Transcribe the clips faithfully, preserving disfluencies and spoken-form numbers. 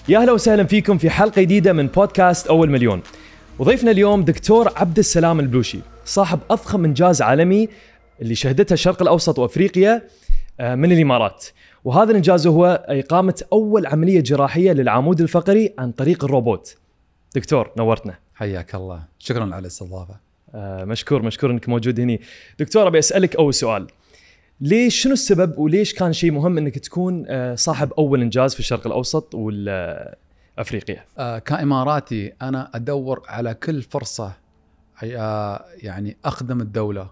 يا أهلا وسهلا فيكم في حلقة جديدة من بودكاست أول مليون. وضيفنا اليوم دكتور عبد السلام البلوشي، صاحب أضخم إنجاز عالمي اللي شهدتها الشرق الأوسط وأفريقيا من الإمارات. وهذا الإنجاز هو إقامة أول عملية جراحية للعمود الفقري عن طريق الروبوت. دكتور نورتنا. حياك الله، شكرا على الاستضافة. آه مشكور مشكور إنك موجود هنا. دكتور أبي أسألك أول سؤال، ليش شنو السبب وليش كان شيء مهم إنك تكون صاحب أول إنجاز في الشرق الأوسط والأفريقيا؟ آه كإماراتي أنا أدور على كل فرصة آه يعني أخدم الدولة،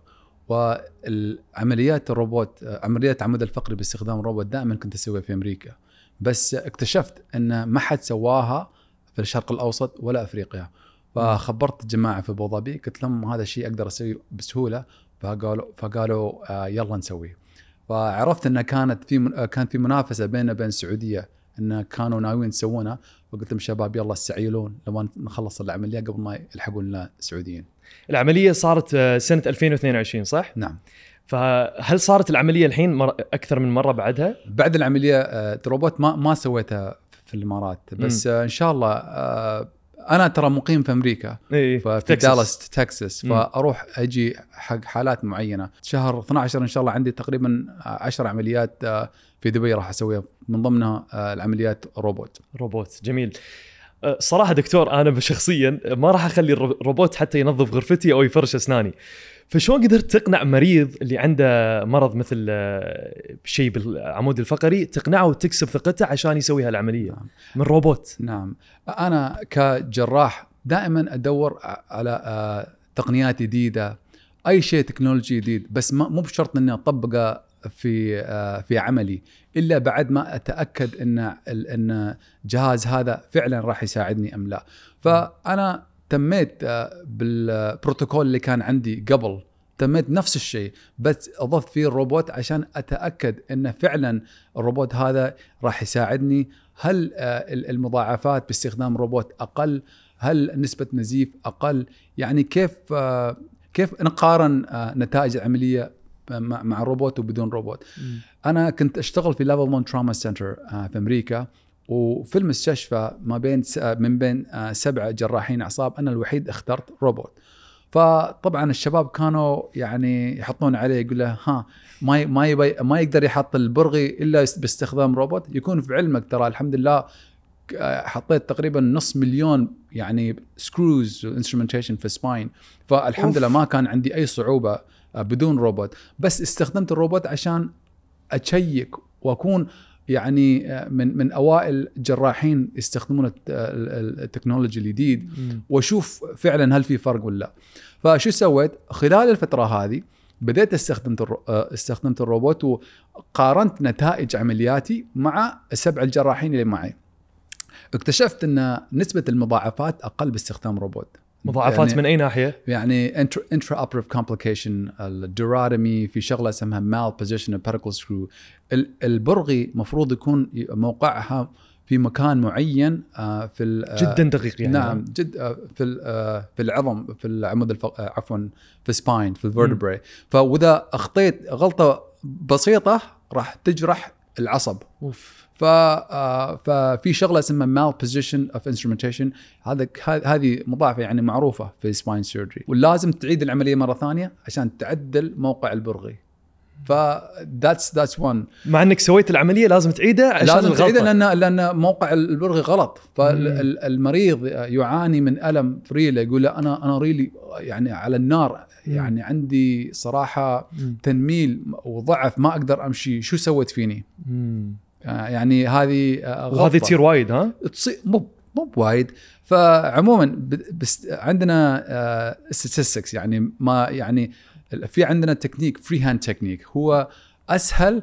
والعمليات الروبوت آه عمليات عمود الفقري باستخدام الروبوت دائما كنت أسويها في أمريكا، بس اكتشفت أن ما حد سواها في الشرق الأوسط ولا أفريقيا. فخبرت الجماعة في أبو ظبي، قلت لهم هذا الشيء أقدر أسويه بسهولة، فقالوا فقالوا آه يلا نسويه. فعرفت ان كانت في كان في منافسه بيننا وبين السعوديه، ان كانوا ناويين يسوونها، وقلت لهم شباب يلا استعجلون لما نخلص العمليه قبل ما يلحقون لنا السعوديين. العمليه صارت سنه ألفين واثنين وعشرين صح؟ نعم. فهل صارت العمليه الحين مر... اكثر من مره بعدها؟ بعد العمليه الروبوت ما ما سويتها في الامارات، بس م. ان شاء الله انا ترى مقيم في امريكا، إيه في دالاس تكساس، فاروح اجي حق حالات معينه. شهر اثنا عشر ان شاء الله عندي تقريبا عشر عمليات في دبي راح اسويها، من ضمنها العمليات روبوت. روبوت جميل. صراحه دكتور انا شخصيا ما راح اخلي الروبوت حتى ينظف غرفتي او يفرش اسناني، فشو قدرت تقنع مريض اللي عنده مرض مثل شيء بالعمود الفقري تقنعه وتكسب ثقته عشان يسوي هالعملية؟ نعم. من روبوت. نعم. أنا كجراح دائما أدور على تقنيات جديدة، أي شيء تكنولوجي جديد، بس مو بشرط أني أطبقه في في عملي إلا بعد ما أتأكد أن أن جهاز هذا فعلا راح يساعدني أم لا. فأنا تميت بالبروتوكول اللي كان عندي قبل، تميت نفس الشيء بس أضفت فيه الروبوت عشان أتأكد أن فعلا الروبوت هذا راح يساعدني. هل المضاعفات باستخدام الروبوت أقل؟ هل نسبة نزيف أقل؟ يعني كيف كيف نقارن نتائج العملية مع الروبوت وبدون روبوت؟ م. أنا كنت أشتغل في ليفل واحد تراما سنتر في أمريكا، وفي المستشفى ما بين من بين سبعة جراحين أعصاب أنا الوحيد اخترت روبوت. فطبعا الشباب كانوا يعني يحطون عليه، يقول له ها ما ما يبي ما يقدر يحط البرغي إلا باستخدام روبوت. يكون في علمك ترى الحمد لله حطيت تقريبا نص مليون يعني سكروز وانسترومنتيشن في سباين، فالحمد لله ما كان عندي أي صعوبة بدون روبوت. بس استخدمت الروبوت عشان أتشيك وأكون يعني من من اوائل جراحين يستخدمون التكنولوجيا الجديد، واشوف فعلا هل في فرق ولا لا. فشو سويت خلال الفتره هذه؟ بديت استخدمت استخدمت الروبوت، وقارنت نتائج عملياتي مع السبع الجراحين اللي معي. اكتشفت ان نسبه المضاعفات اقل باستخدام روبوت. مضاعفات يعني من اي ناحيه؟ يعني intra operative complication، الدورادمي، في شغله اسمها malposition pedicle screw. البرغي مفروض يكون موقعها في مكان معين في جدا دقيق يعني. نعم جد في في العظم، في العمود الفق... عفوا في spine، في الvertebrae. فاذا اخطيت غلطه بسيطه راح تجرح العصب. أوف. ف ففي شغله اسمها malposition of instrumentation، هذا هذه مضاعفه يعني معروفه في spine surgery، ولازم تعيد العمليه مره ثانيه عشان تعدل موقع البرغي. ف that's that's one. مع انك سويت العمليه لازم تعيده عشان لازم الغلطه، تعيده لان لان موقع البرغي غلط. فالمريض يعاني من الم فريله، يقول له انا انا ريلي يعني على النار، يعني عندي صراحه تنميل وضعف ما اقدر امشي، شو سويت فيني؟ مم. يعني هذه غلطه، وهذه تصير وايد ها؟ تصير مو مو وايد. فعموما بس عندنا statistics، يعني ما يعني في عندنا تكنيك فري هاند تكنيك هو اسهل،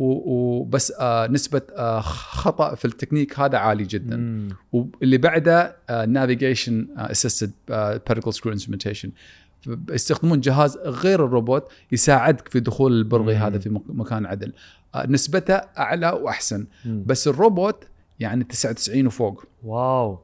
وبس نسبه خطا في التكنيك هذا عالي جدا. مم. واللي بعده navigation assisted pedicle screw instrumentation، يستخدمون جهاز غير الروبوت يساعدك في دخول البرغي. مم. هذا في مكان عدل، نسبته أعلى وأحسن. مم. بس الروبوت يعني تسعة وتسعين وفوق. واو.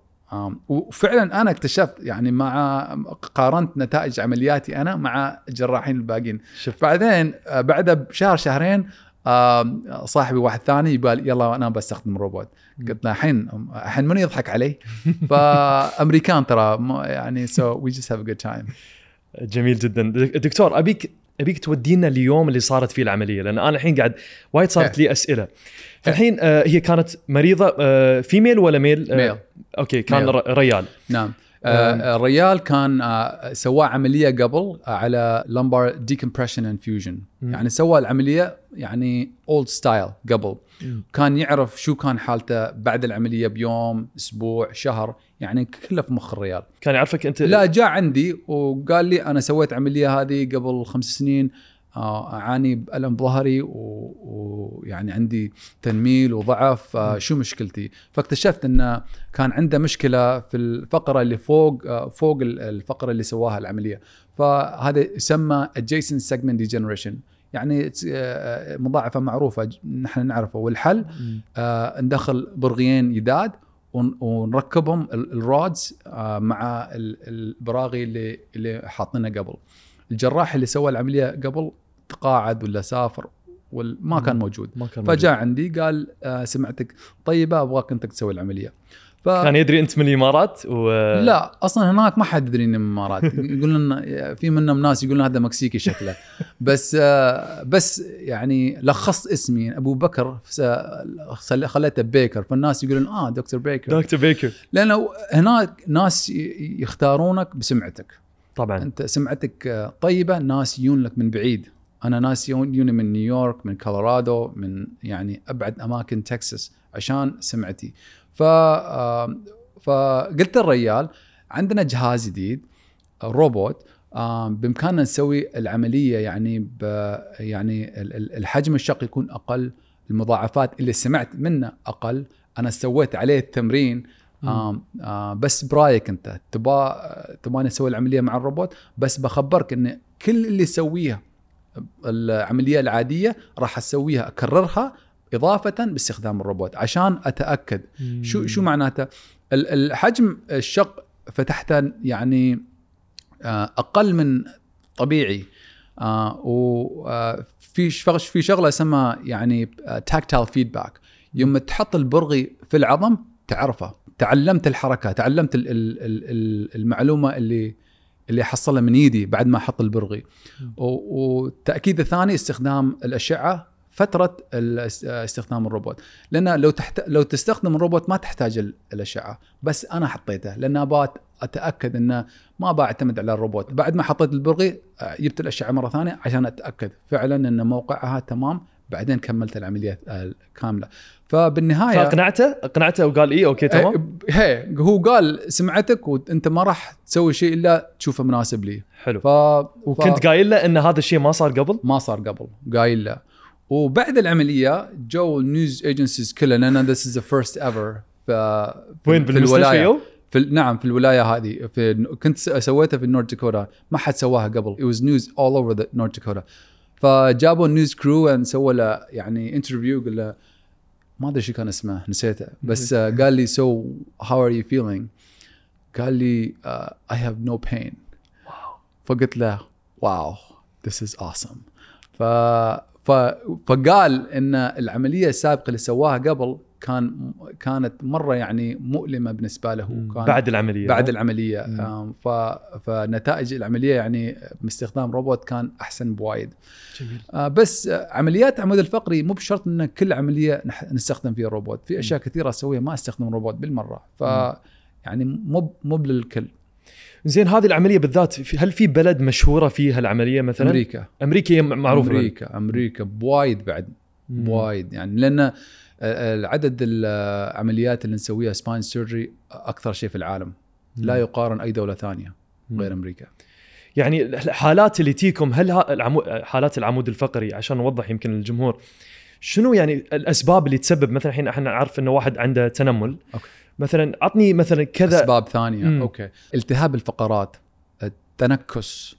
وفعلا أنا اكتشفت يعني مع قارنت نتائج عملياتي أنا مع الجراحين الباقين. بعدين بعد بشهر شهرين آه صاحبي واحد ثاني يقول يلا انا بستخدم روبوت. قلت له الحين الحين من يضحك علي؟ فامريكان ترى يعني so we just have a good time. جميل جدا. دكتور ابيك ابيك تودينا اليوم اللي صارت فيه العمليه، لان انا الحين قاعد وايد صارت لي اسئله. فالحين آه هي كانت مريضه آه فيميل ولا ميل؟ آه ميل. اوكي كان ميل. ريال. نعم. آه الريال كان آه سوى عمليه قبل على lumbar decompression and fusion. م. يعني سوى العمليه يعني old style قبل. م. كان يعرف شو كان حالته بعد العمليه بيوم اسبوع شهر، يعني كله في مخ الريال. كان يعرفك انت؟ لا جاء عندي وقال لي انا سويت عمليه هذه قبل خمس سنين، اعاني بألم ظهري ويعني عندي تنميل وضعف، شو مشكلتي؟ فاكتشفت انه كان عنده مشكله في الفقره اللي فوق فوق الفقره اللي سواها العمليه، فهذا يسمى adjacent segment degeneration، يعني مضاعفه معروفه نحن نعرفه. والحل آه ندخل برغيين يداد ونركبهم الرودز مع البراغي اللي اللي حاطينها قبل. الجراح اللي سوى العمليه قبل تقاعد ولا سافر وما كان موجود، ما كان فجاء موجود. عندي قال آه سمعتك طيبه ابغاك انت تسوي العمليه. ف... كان يدري انت من الامارات؟ و... لا اصلا هناك ما حد يدري اني من الامارات. يقول لنا في منهم ناس يقولون هذا مكسيكي شكله، بس آه بس يعني لخصت اسمي ابو بكر خليته بيكر، فالناس يقولون اه دكتور بيكر دكتور بيكر، لانه هناك ناس يختارونك بسمعتك. طبعا انت سمعتك طيبه، ناس يجون لك من بعيد. انا ناس يجوني من نيويورك، من كولورادو، من يعني ابعد اماكن تكساس عشان سمعتي. ف فقلت الرجال عندنا جهاز جديد روبوت بامكاننا نسوي العمليه يعني ب يعني الحجم الشق يكون اقل، المضاعفات اللي سمعت منه اقل. انا سويت عليه التمرين. آه آه بس برايك انت تبا تباني اسوي العمليه مع الروبوت، بس بخبرك ان كل اللي يسويها العمليه العاديه راح اسويها اكررها اضافه باستخدام الروبوت عشان اتاكد. مم. شو شو معناته الحجم الشق فتحته يعني آه اقل من طبيعي. آه وفي في شغله اسمها يعني تاكتايل فيدباك، يوم تحط البرغي في العظم تعرفه، تعلمت الحركه، تعلمت المعلومه اللي اللي حصلها من ايدي بعد ما احط البرغي. والتاكيد الثاني استخدام الاشعه فتره استخدام الروبوت، لان لو تحت لو تستخدم الروبوت ما تحتاج الاشعه، بس انا حطيته لان ابغى اتاكد انه ما بعتمد على الروبوت. بعد ما حطيت البرغي جبت الاشعه مره ثانيه عشان اتاكد فعلا ان موقعها تمام، بعدين كملت العمليه كامله. فبالنهايه فاقنعته اقنعته وقال ايه اوكي تمام. هي هو قال سمعتك وانت ما راح تسوي شيء الا تشوفه مناسب لي. حلو. ف... وكنت ف... قايل له ان هذا الشيء ما صار قبل؟ ما صار قبل، قايل له. وبعد العمليه جو النيوز ايجنسيز كلها لان this is the first ever. ف... وين في الولايه؟ في نعم في الولايه هذه. في كنت سويتها في نورث داكوتا، ما حد سواها قبل. it was news all over the North Dakota. فجابوا النيوز كرو سووا له يعني انترفيو، قال له ما ادري شو كان اسمه نسيته، بس قال لي so how are you feeling؟ قال لي uh, I have no pain. واو. فقلت له واو this is awesome. ف ف فقال ان العمليه السابقه اللي سواها قبل كان كانت مره يعني مؤلمه بالنسبه له. كان بعد العمليه بعد العمليه ف فنتائج العمليه يعني باستخدام روبوت كان احسن بوايد. جميل. آه بس عمليات العمود الفقري مو بشرط ان كل عمليه نستخدم فيها روبوت، في اشياء كثيره اسويها ما استخدم روبوت بالمره، ف يعني مو مو للكل. زين هذه العمليه بالذات هل في بلد مشهوره فيها العمليه مثلا؟ امريكا. امريكا معروفه. امريكا امريكا بوايد بعد بوايد يعني، لان العدد العمليات اللي نسويها سباين سيرجري اكثر شيء في العالم، لا يقارن اي دوله ثانيه غير امريكا. يعني الحالات اللي تيكم هل العمو... حالات العمود الفقري عشان نوضح يمكن للجمهور شنو يعني الاسباب اللي تسبب مثلا الحين احنا نعرف انه واحد عنده تنمل. أوكي. مثلا عطني مثلا كذا اسباب ثانيه. مم. اوكي. التهاب الفقرات، التنكس،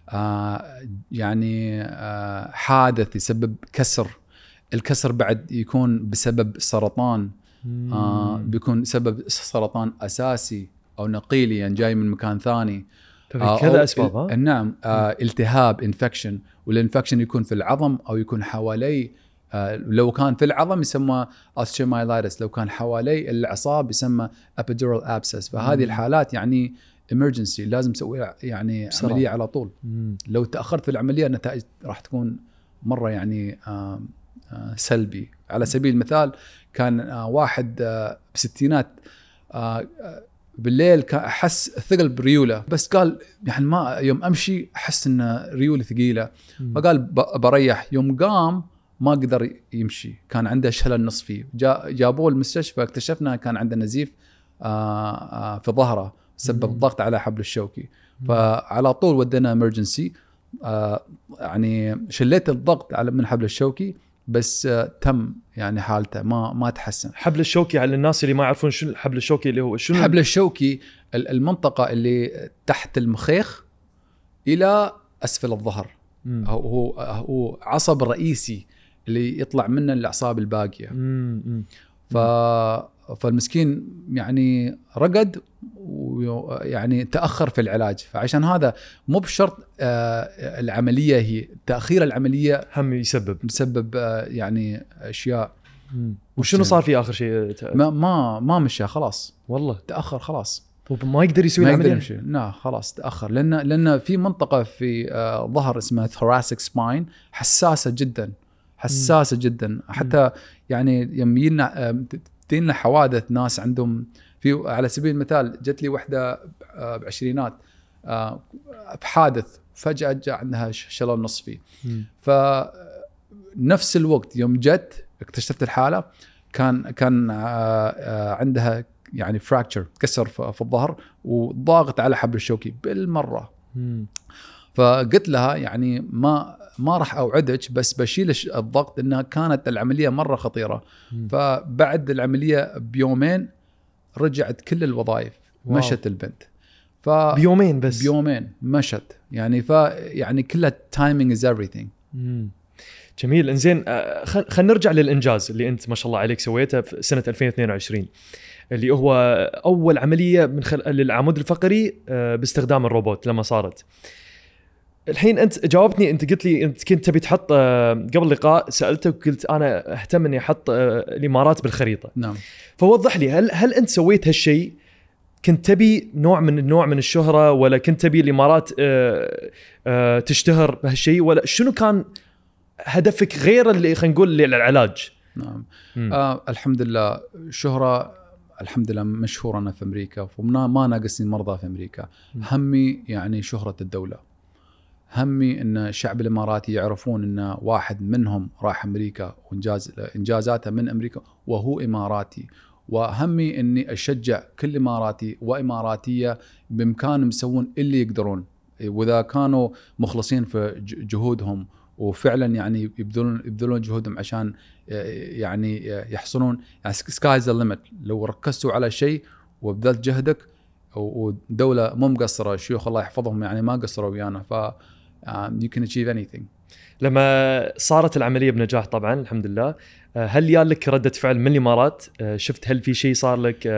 آه يعني آه حادث يسبب كسر، الكسر بعد يكون بسبب سرطان، آه بيكون سبب سرطان اساسي او نقيلي يعني جاي من مكان ثاني. آه كذا اسباب. ها نعم. آه التهاب انفكشن، والانفكشن يكون في العظم او يكون حوالي لو كان في العظم يسمى osteomyelitis، لو كان حوالي الأعصاب يسمى epidural abscess. فهذه الحالات يعني emergency لازم تسوي يعني بصراحة. عملية على طول. مم. لو تأخرت في العملية النتائج راح تكون مرة يعني آه آه سلبي. على سبيل المثال كان آه واحد آه بستينات آه بالليل كان أحس ثقل بريولة، بس قال يعني ما يوم أمشي أحس إن ريولة ثقيلة. مم. فقال بريح. يوم قام ما قدر يمشي، كان عنده شلل نصفي. جا جابوه المستشفى اكتشفنا كان عنده نزيف آه آه في ظهره سبب مم. ضغط على حبل الشوكي. مم. فعلى طول ودنا امرجنسي. آه يعني شليت الضغط على من حبل الشوكي، بس آه تم يعني حالته ما ما تحسن. حبل الشوكي على الناس اللي ما يعرفون شنو الحبل الشوكي اللي هو شنو حبل الشوكي المنطقة اللي تحت المخيخ إلى أسفل الظهر. مم. هو هو عصب رئيسي اللي يطلع منه الأعصاب الباقية. مم. ف فالمسكين يعني رقد ويعني تأخر في العلاج. فعشان هذا مو بشرط آه العملية هي تأخير العملية هم يسبب يسبب آه يعني أشياء. مم. وشنو صار في آخر شيء؟ ما ما ما مشى خلاص والله تأخر خلاص. ما يقدر يسوي العملية. لا خلاص تأخر لأن لأن في منطقة في آه ظهر اسمها thoracic spine حساسة جدا حساسة مم. جدا. حتى مم. يعني يميلنا آه تين حوادث ناس عندهم في على سبيل المثال جت لي وحده بعشرينات بحادث فجأة جاء عندها شلل نصفي. فنفس الوقت يوم جت اكتشفت الحالة كان كان عندها يعني فراكتشر كسر في الظهر وضاغط على حبل الشوكي بالمرة. فقلت لها يعني ما ما راح أوعدك بس بشيل الضغط إنها كانت العملية مرة خطيرة. م. فبعد العملية بيومين رجعت كل الوظائف. واو. مشت البنت ف بيومين بس بيومين مشت يعني ف يعني كلها timing is everything. م. جميل. إنزين خلينا نرجع للإنجاز اللي أنت ما شاء الله عليك سويته في سنة ألفين واثنين وعشرين اللي هو أول عملية من خل... للعمود الفقري باستخدام الروبوت لما صارت. الحين أنت جاوبتني، أنت قلت لي أنت كنت تبي تحط قبل اللقاء سألتك وقلت أنا أهتم إني أحط الإمارات بالخريطة. نعم. فوضح لي هل هل أنت سويت هالشيء؟ كنت تبي نوع من النوع من الشهرة ولا كنت تبي الإمارات تشتهر بهالشيء ولا شنو كان هدفك غير اللي خلينا نقول اللي العلاج؟ نعم. آه الحمد لله شهرة الحمد لله مشهور أنا في أمريكا وما ما ناقصني مرضى في أمريكا. م. همي يعني شهرة الدولة. همي ان الشعب الاماراتي يعرفون ان واحد منهم راح امريكا وانجاز انجازاته من امريكا وهو اماراتي. وهمي اني اشجع كل اماراتي واماراتيه بامكانهم يسوون اللي يقدرون واذا كانوا مخلصين في جهودهم وفعلا يعني يبذلون يبذلون جهودهم عشان يعني يحصلون يعني سكاي ذا ليميت. لو ركزتوا على شيء وبذلت جهدك ودولة مو مقصرة الشيوخ الله يحفظهم يعني ما قصروا ويانا ف um, you can achieve anything. لما صارت العملية بنجاح طبعا الحمد لله، هل يالك ردة فعل من الإمارات؟ شفت هل في شيء صار لك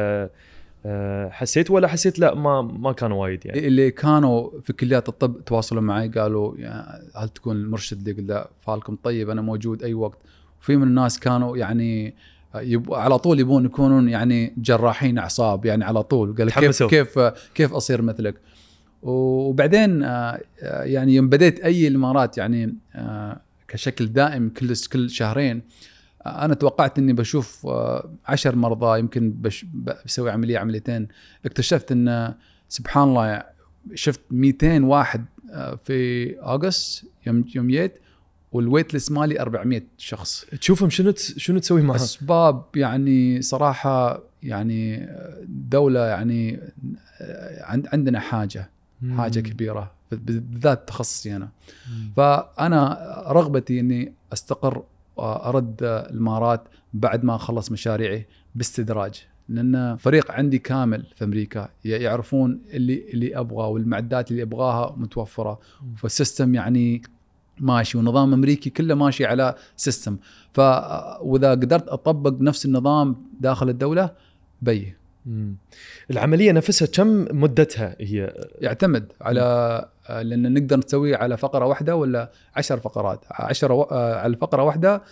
حسيت ولا حسيت لا ما ما كانوا وايد يعني؟ اللي كانوا في كليات الطب تواصلوا معي قالوا يعني هل تكون المرشد اللي قلت فالكم طيب أنا موجود أي وقت. وفي من الناس كانوا يعني يب... على طول يبون يكونون يعني جراحين أعصاب يعني على طول قال كيف كيف كيف أصير مثلك. وبعدين يعني يوم بديت أي الإمارات يعني كشكل دائم كل كل شهرين أنا توقعت إني بشوف عشر مرضى يمكن بش بسوي عملية عمليتين. اكتشفت إن سبحان الله شفت مئتين واحد في أغسطس يوم يوم جيت والويت ليست مالي أربعمية شخص. تشوفهم شنو شنو تسوي معهم؟ أسباب يعني صراحة يعني دولة يعني عندنا حاجة حاجة كبيرة بالذات تخصصي أنا. مم. فأنا رغبتي إني أستقر وأرد الإمارات بعد ما أخلص مشاريعي باستدراج لأن فريق عندي كامل في أمريكا يعرفون اللي اللي أبغاه والمعدات اللي أبغاها متوفرة. فالسيستم يعني ماشي ونظام أمريكي كله ماشي على سيستم. فإذا قدرت أطبق نفس النظام داخل الدولة بيه. مم. العملية نفسها كم مدتها هي؟ يعتمد على لأن نقدر نسوي على فقرة واحدة ولا عشر فقرات. عشرة على فقرة واحدة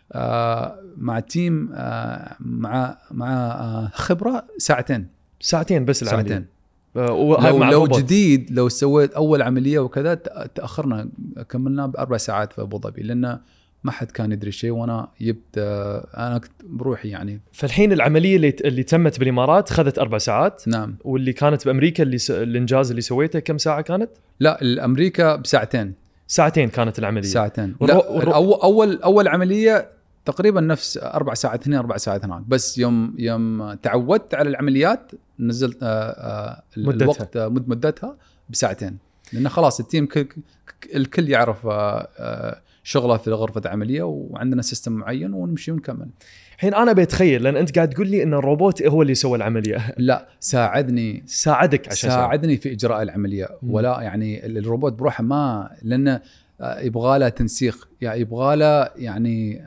آه مع تيم آه مع مع آه خبره ساعتين ساعتين بس العمليه ساعتين. وهاي لو مع لو الروبوت. جديد لو سويت اول عمليه وكذا تاخرنا كملنا باربع ساعات في ابو ظبي لان ما حد كان يدري شيء وانا جبت انا كنت بروحي يعني. فالحين العمليه اللي اللي تمت بالامارات خذت اربع ساعات. نعم. واللي كانت بامريكا اللي س... الانجاز اللي سويته كم ساعه كانت؟ لا الامريكا بساعتين. ساعتين كانت العمليه. ساعتين. والرو... لا والرو... اول اول اول عمليه تقريبا نفس اربع ساعات هنا اربع ساعات هناك بس يوم يوم تعودت على العمليات نزلت آآ مدتها. الوقت مد مدتها بساعتين لان خلاص التيم كل الكل يعرف آآ شغله في غرفه عمليه وعندنا سيستم معين ونمشي ونكمل. الحين انا بتخيل لان انت قاعد تقول لي ان الروبوت هو اللي سوى العمليه. لا ساعدني ساعدك عشان ساعدني سوى. في اجراء العمليه م. ولا يعني الروبوت بروحه ما لانه يبغى له تنسيق يعني يبغى له يعني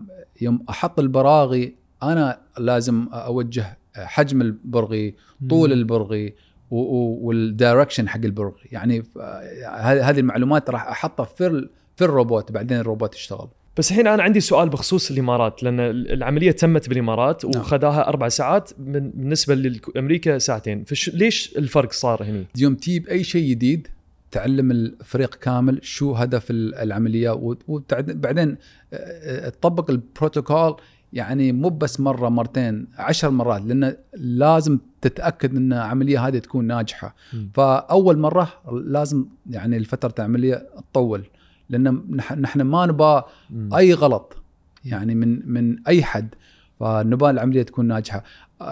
يوم احط البراغي انا لازم اوجه حجم البرغي طول م. البرغي والدايركشن حق البرغي يعني هذه المعلومات راح احطها في في الروبوت بعدين الروبوت يشتغل. بس الحين أنا عندي سؤال بخصوص الإمارات لأن العملية تمت بالإمارات وخذاها أربع ساعات بالنسبة لأمريكا ساعتين. فش ليش الفرق صار هنا؟ يوم تجيب أي شيء جديد تعلم الفريق كامل شو هدف العملية وبعدين تطبق البروتوكول يعني مو بس مرة مرتين عشر مرات لأن لازم تتأكد أن العملية هذه تكون ناجحة. م. فأول مرة لازم يعني الفترة العملية تطول لأن نحن ما نبغى أي غلط يعني من من أي حد فنبغى العملية تكون ناجحة.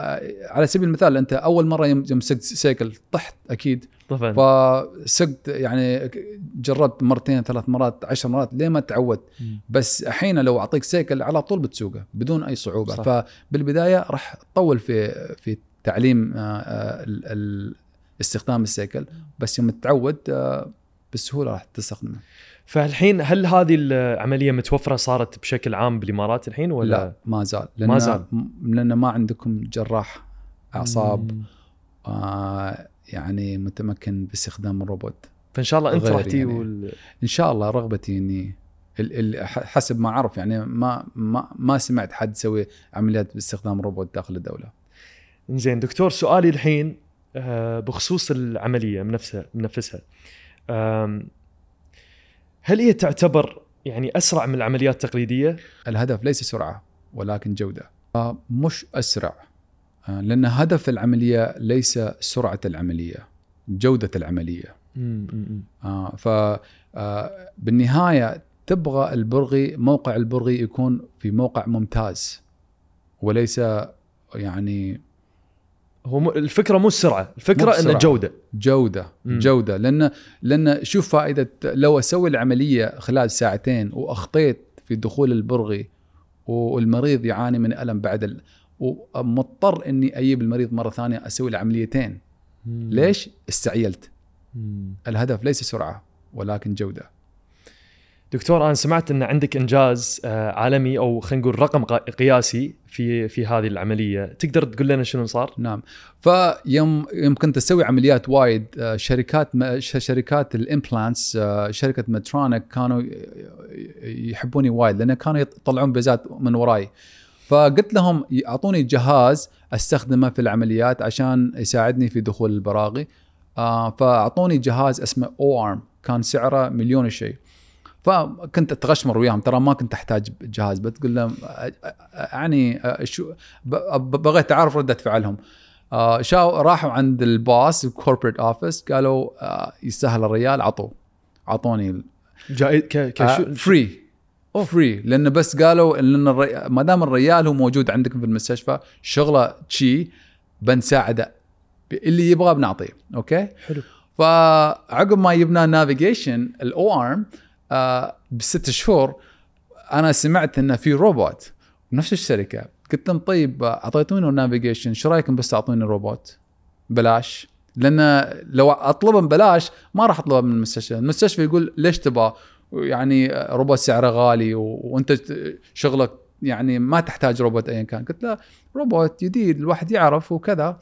على سبيل المثال أنت أول مرة يوم سقت سيكل طحت أكيد طبعا فسقت يعني جربت مرتين ثلاث مرات عشر مرات ليه ما تعودت بس الحين لو أعطيك سيكل على طول بتسوقه بدون أي صعوبة. صح. فبالبداية راح تطول في في تعليم استخدام السيكل بس يوم تتعود بسهولة راح تستخدمه. فالحين هل هذه العملية متوفرة صارت بشكل عام بالإمارات الحين ولا؟ لا ما زال لأن ما زال لأن ما عندكم جراح أعصاب آه يعني متمكن باستخدام الروبوت. فإن شاء الله أنت راح تي يعني وال... إن شاء الله رغبتي إني ال ال حسب ما أعرف يعني ما ما ما سمعت حد يسوي عمليات باستخدام روبوت داخل الدولة. زين دكتور سؤالي الحين بخصوص العملية من نفسها من نفسها هل هي تعتبر يعني أسرع من العمليات التقليدية؟ الهدف ليس سرعة ولكن جودة. مش أسرع لأن هدف العملية ليس سرعة العملية جودة العملية. آه فبالنهاية تبغى البرغي موقع البرغي يكون في موقع ممتاز وليس يعني هو الفكرة مو السرعة الفكرة إنه جودة جودة مم. جودة لأن لأن شوف فائدة لو أسوي العملية خلال ساعتين وأخطيت في دخول البرغي والمريض يعاني من ألم بعد ال... ومضطر إني أجيب المريض مرة ثانية أسوي العمليتين. مم. ليش استعجلت؟ مم. الهدف ليس سرعة ولكن جودة. دكتور أنا سمعت أن عندك إنجاز عالمي أو خلينا نقول رقم قياسي في في هذه العملية تقدر تقول لنا شنو صار؟ نعم فيوم يوم كنت أسوي عمليات وايد شركات شركات الإمبلانتس شركة ميدترونيك كانوا يحبوني وايد لأن كانوا يطلعون بيزات من وراي فقلت لهم يعطوني جهاز أستخدمه في العمليات عشان يساعدني في دخول البراغي. فأعطوني جهاز اسمه أو آرم كان سعره مليون شيء فكنت اتغشمر وياهم ترى ما كنت احتاج جهاز بتقول لهم يعني شو بغيت اعرف رده فعلهم. شاو راحوا عند الباص الكوربريت اوفيس قالوا يستاهل الريال عطوا عطوني جائزه كشو فري فري لان بس قالوا ان ما دام الريال هو موجود عندكم في المستشفى شغله شي بنساعده اللي يبغى بنعطيه. اوكي حلو. فعقب ما جبنا نافيجيشن الاو ارم آه بست شهور أنا سمعت إنه في روبوت نفس الشركة قلت لهم طيب أعطيتوني النافيجيشن شو رأيكم بس تعطوني روبوت بلاش لأن لو أطلبهم بلاش ما راح أطلبها من المستشفى. المستشفى يقول ليش تبغى يعني روبوت سعره غالي وأنت شغلك يعني ما تحتاج روبوت أيا كان. قلت لا روبوت جديد الواحد يعرف وكذا.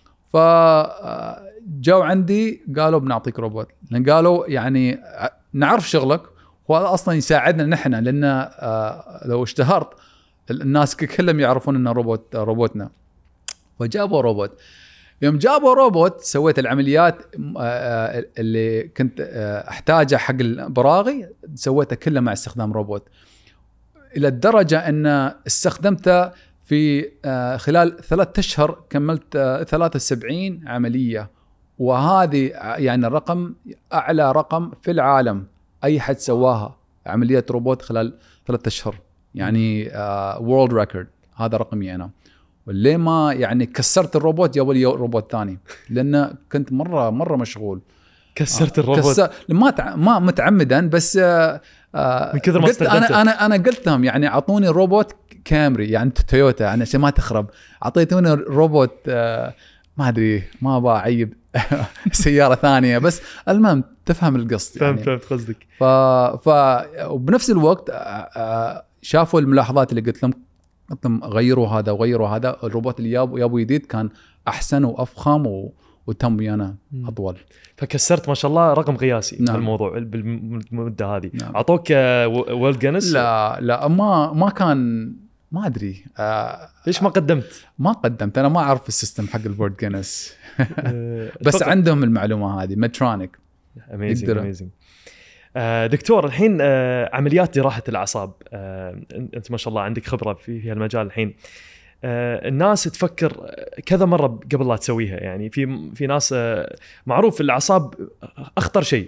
فجاو عندي قالوا بنعطيك روبوت لأن قالوا يعني نعرف شغلك وهذا أصلاً يساعدنا نحن لأن آه لو اشتهرت الناس كلهم يعرفون انه روبوت روبوتنا. فجابوا روبوت. يوم جابوا روبوت سويت العمليات اللي كنت احتاجها حق البراغي سويتها كلها مع استخدام روبوت، الى الدرجه ان استخدمته في خلال ثلاثة اشهر كملت ثلاثة وسبعين عمليه، وهذه يعني الرقم اعلى رقم في العالم اي حد سواها عمليه روبوت خلال ثلاثة اشهر، يعني وورلد ريكورد. هذا رقمي انا. واللي ما يعني كسرت الروبوت جابوا لي روبوت ثاني لان كنت مره مره مشغول. كسرت الروبوت كسر... ما تع... ما متعمدا، بس آه من كثر ما قلت انا انا انا قلت لهم يعني اعطوني روبوت كامري يعني تويوتا انا عشان ما تخرب. اعطيتوني روبوت آه ما ادري ما ابغى اعيب سياره ثانيه، بس المهم تفهم القصد. فهمت يعني. فهمت قصدك. ف ف وبنفس الوقت آه شافوا الملاحظات اللي قلت لهم قلت لهم غيروا هذا وغيروا هذا. الروبوت اللي جابوا جابوا جديد كان احسن وافخم و... وتم ويانا اطول. فكسرت ما شاء الله رقم قياسي. نعم. بالموضوع بالمده هذه. نعم. اعطوك وورلد جينيس؟ لا لا ما ما كان ما ادري آه ليش ما قدمت؟ ما قدمت انا ما اعرف السيستم حق الورلد جينيس. بس عندهم المعلومه هذه ميدترونيك. اميزنج اميزنج. دكتور الحين عمليات جراحه الاعصاب، انت ما شاء الله عندك خبره في في هالمجال الحين. الناس تفكر كذا مره قبل لا تسويها، يعني في في ناس معروف الاعصاب اخطر شيء.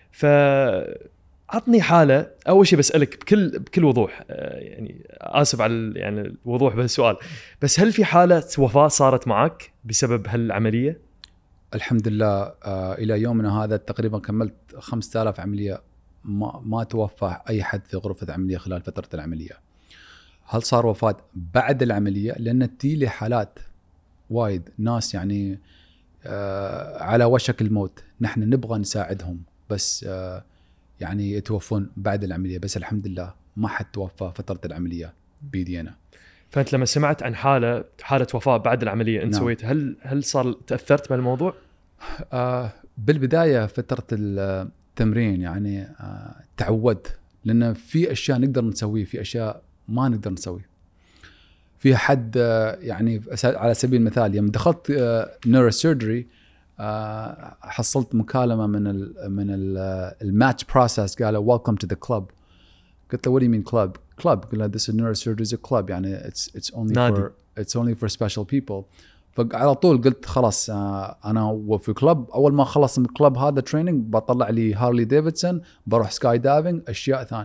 فعطني حاله اول شيء بسالك بكل بكل وضوح، يعني اسف على يعني الوضوح بهالسؤال، بس هل في حاله وفاه صارت معك بسبب هالعمليه؟ الحمد لله آه الى يومنا هذا تقريبا كملت خمسة آلاف عمليه، ما ما توفى اي حد في غرفه عمليه خلال فتره العمليه. هل صار وفاه بعد العمليه؟ لان تيلي حالات وايد ناس يعني آه على وشك الموت، نحن نبغى نساعدهم بس آه يعني يتوفون بعد العمليه، بس الحمد لله ما حد توفى فتره العمليه بيدي انا. فانت لما سمعت عن حاله حاله وفاه بعد العمليه انت نعم. سويت هل هل صار تاثرت بهالموضوع؟ آه بالبدايه فتره التمرين يعني آه تعودت، لان في اشياء نقدر نسويه في اشياء ما نقدر نسوي. في حد آه يعني على سبيل المثال يوم دخلت آه نيوروسيرجري آه حصلت مكالمه من ال من الماتش بروسس قالوا ويلكم تو ذا كلب. قلت له what do you mean club؟ club قلنا this is neurosurgery is a club يعني it's it's only نادي. for it's only for special people. فعلى طول قلت خلاص آه انا وفي كلب. اول ما خلص من الكلب هذا تريننج بطلع لي هارلي ديفيدسون، بروح سكاي دايفنج، اشياء ثانيه.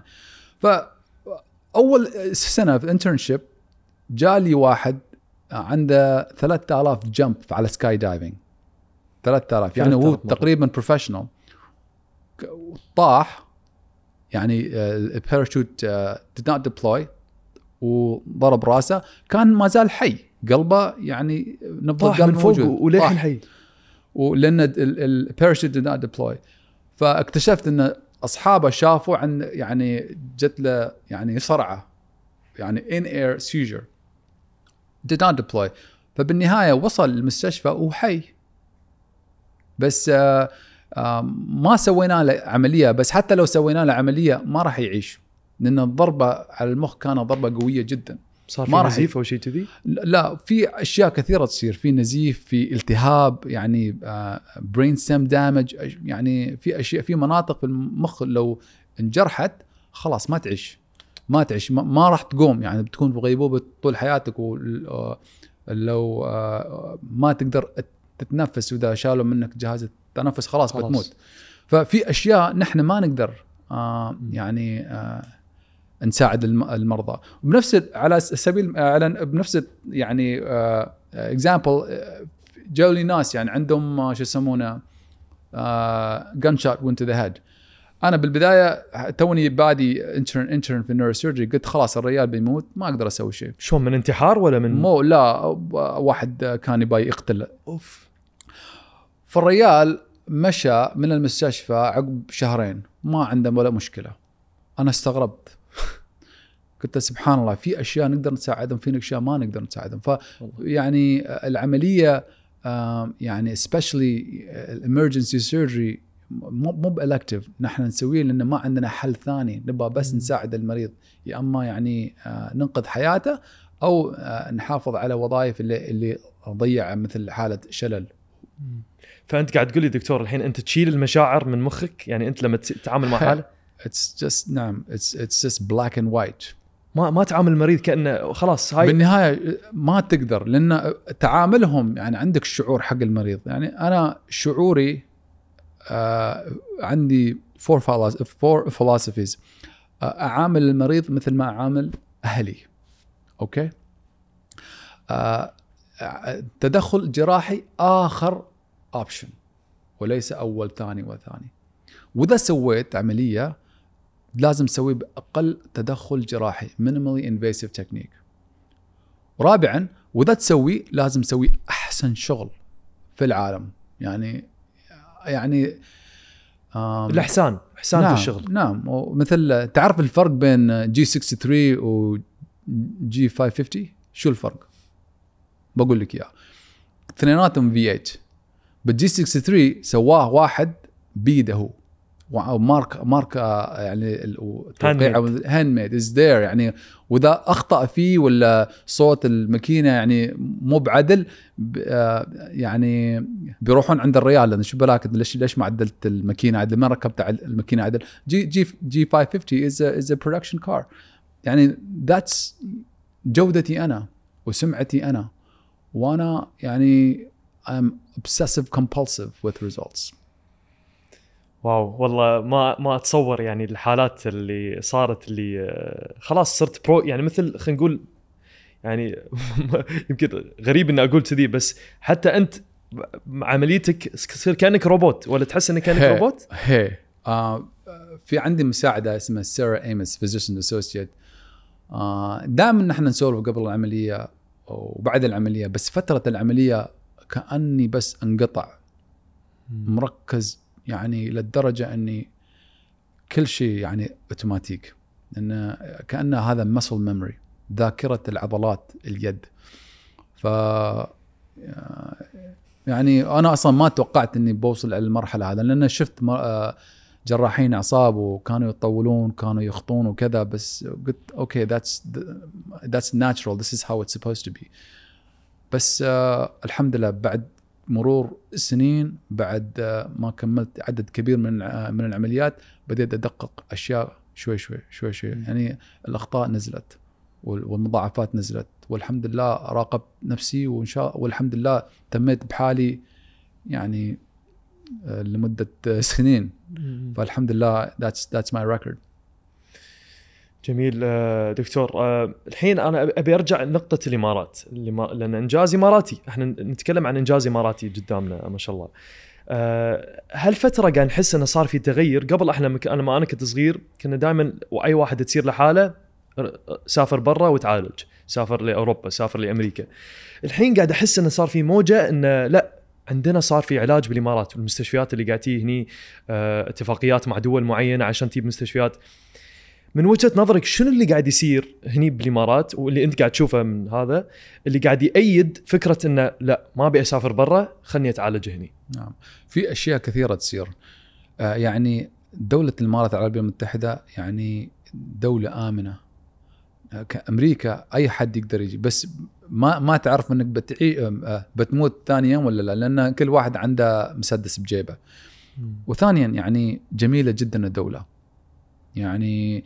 فاول سنه في انترنشيب جالي واحد عنده ثلاثة آلاف جمب على سكاي دايفنج، ثلاثة آلاف يعني هو تقريبا بروفيشنال. طاح يعني الباراشوت did not deploy وضرب راسه، كان ما زال حي، قلبه يعني نبض القلب موجود وللحين حي، ولأن الباراشوت did not deploy. فاكتشفت ان اصحابه شافوا عن يعني جت له يعني صرعه يعني in air seizure did not deploy. فبالنهايه وصل المستشفى وحي، بس آه ما سوينا له عمليه. بس حتى لو سوينا له عمليه ما راح يعيش، لان الضربه على المخ كانت ضربه قويه جدا. صار في نزيف او شيء كذي؟ لا، في اشياء كثيره تصير، في نزيف، في التهاب يعني برين ستيم دامج، يعني في اشياء في مناطق في المخ لو انجرحت خلاص ما تعيش ما تعيش ما, ما راح تقوم، يعني بتكون في غيبوبه طول حياتك. ولو ما تقدر تتنفس واذا شالوا منك جهاز التنفس خلاص, خلاص بتموت. ففي اشياء نحن ما نقدر آه يعني آه نساعد المرضى. وبنفس على سبيل على بنفس يعني اكزامبل آه جاوا لي ناس يعني عندهم شو يسمونه جن شوت وينت ذا هيد. انا بالبدايه توني بادي انترن انترن في النيوروسيرجري، قلت خلاص الرجال بيموت ما اقدر اسوي شيء. شلون، من انتحار ولا من مو لا واحد كان يبي يقتل. اوف. فالرجال مشى من المستشفى عقب شهرين ما عنده ولا مشكله. انا استغربت قلت سبحان الله، في اشياء نقدر نساعدهم، في اشياء ما نقدر نساعدهم. ف يعني العمليه يعني especially emergency surgery مو مو بالكتيف، نحن نسويه لأن ما عندنا حل ثاني، نبغى بس مم. نساعد المريض، يا اما يعني آه ننقذ حياته او آه نحافظ على وظائف اللي اللي ضيع مثل حاله شلل. فانت قاعد تقول لي دكتور الحين انت تشيل المشاعر من مخك، يعني انت لما تتعامل مع حاله it's just نعم it's it's just black and white. ما ما تعامل المريض كانه خلاص هاي بالنهايه ما تقدر، لان تعاملهم يعني عندك الشعور حق المريض. يعني انا شعوري آه عندي four four philosophies. آه اعامل المريض مثل ما اعامل اهلي. اوكي. آه تدخل جراحي اخر اوبشن وليس اول ثاني وثاني. واذا سويت عمليه لازم تسوي باقل تدخل جراحي minimally invasive technique. ورابعا واذا تسوي لازم تسوي احسن شغل في العالم. يعني يعني الاحسان احسان نعم في الشغل. نعم. ومثل تعرف الفرق بين جي ستة وستين و جي خمسمية وخمسين؟ شو الفرق؟ بقول لك اياه. اثنيناتهم في ثمانية. بالجي ستة وستين سواه واحد بيده هو، ومارك مارك يعني التوقيع هاند ميد از ذير. يعني واذا اخطا فيه ولا صوت الماكينه يعني مو بعدل يعني بيروحون عند الريال لان شو بلاك ليش ليش ما عدلت الماكينه عدل، ما ركبت الماكينه عدل. جي جي جي خمسمية وخمسين از از ا برودكشن كار. يعني ذاتس جودتي انا وسمعتي انا، وانا يعني I'm obsessive compulsive with results. واو والله ما ما اتصور يعني الحالات اللي صارت اللي خلاص صرت برو، يعني مثل خلينا نقول يعني يمكن غريب اني اقول كذي، بس حتى انت عمليتك تصير كانك روبوت ولا تحس انك كانك هي روبوت؟ هي آه في عندي مساعده اسمها سارة ايمس فيزيشن اسوسييت. آه دائما نحن نسولف قبل العمليه وبعد العمليه، بس فتره العمليه كاني بس انقطع مركز يعني للدرجه اني كل شيء يعني اوتوماتيك، لان كأن هذا مسل ميموري، ذاكره العضلات اليد. ف يعني انا اصلا ما توقعت اني بوصل الى المرحله هذا، لان شفت جراحين اعصاب وكانوا يطولون كانوا يخطون وكذا، بس قلت اوكي ذاتس ذاتس ناتشرال، ذس از هاو اتس سبوست تو بي. بس آه الحمد لله بعد مرور السنين، بعد آه ما كملت عدد كبير من آه من العمليات، بديت ادقق اشياء شوي شوي شوي شوي. يعني الاخطاء نزلت والمضاعفات نزلت، والحمد لله راقبت نفسي، وان شاء والحمد لله تميت بحالي يعني آه لمده سنين. فالحمد لله that's that's my record. جميل دكتور. الحين انا ابي ارجع لنقطه الامارات اللي ما لان انجاز اماراتي، احنا نتكلم عن انجاز اماراتي قدامنا ما شاء الله. هالفتره قاعد نحس انه صار في تغير. قبل احنا مك... انا ما انا كنت صغير كنا دائما واي واحد تصير له حاله سافر برا وتعالج، سافر لاوروبا، سافر لامريكا. الحين قاعد احس انه صار في موجه انه لا، عندنا صار في علاج بالامارات، والمستشفيات اللي قاعد تيجي هني اه اتفاقيات مع دول معينه عشان تجيب مستشفيات. من وجهة نظرك شنو اللي قاعد يصير هني بالامارات واللي انت قاعد تشوفه من هذا اللي قاعد يأيد فكرة انه لا ما ابي اسافر برا، خلني اتعالج هني؟ نعم، في اشياء كثيرة تصير. آه يعني دولة الامارات العربية المتحدة يعني دولة آمنة. آه كأمريكا اي حد يقدر يجي، بس ما ما تعرف انك بتعي آه بتموت ثاني يوم ولا لا، لان كل واحد عنده مسدس بجيبه. وثانيا يعني جميلة جدا الدولة. يعني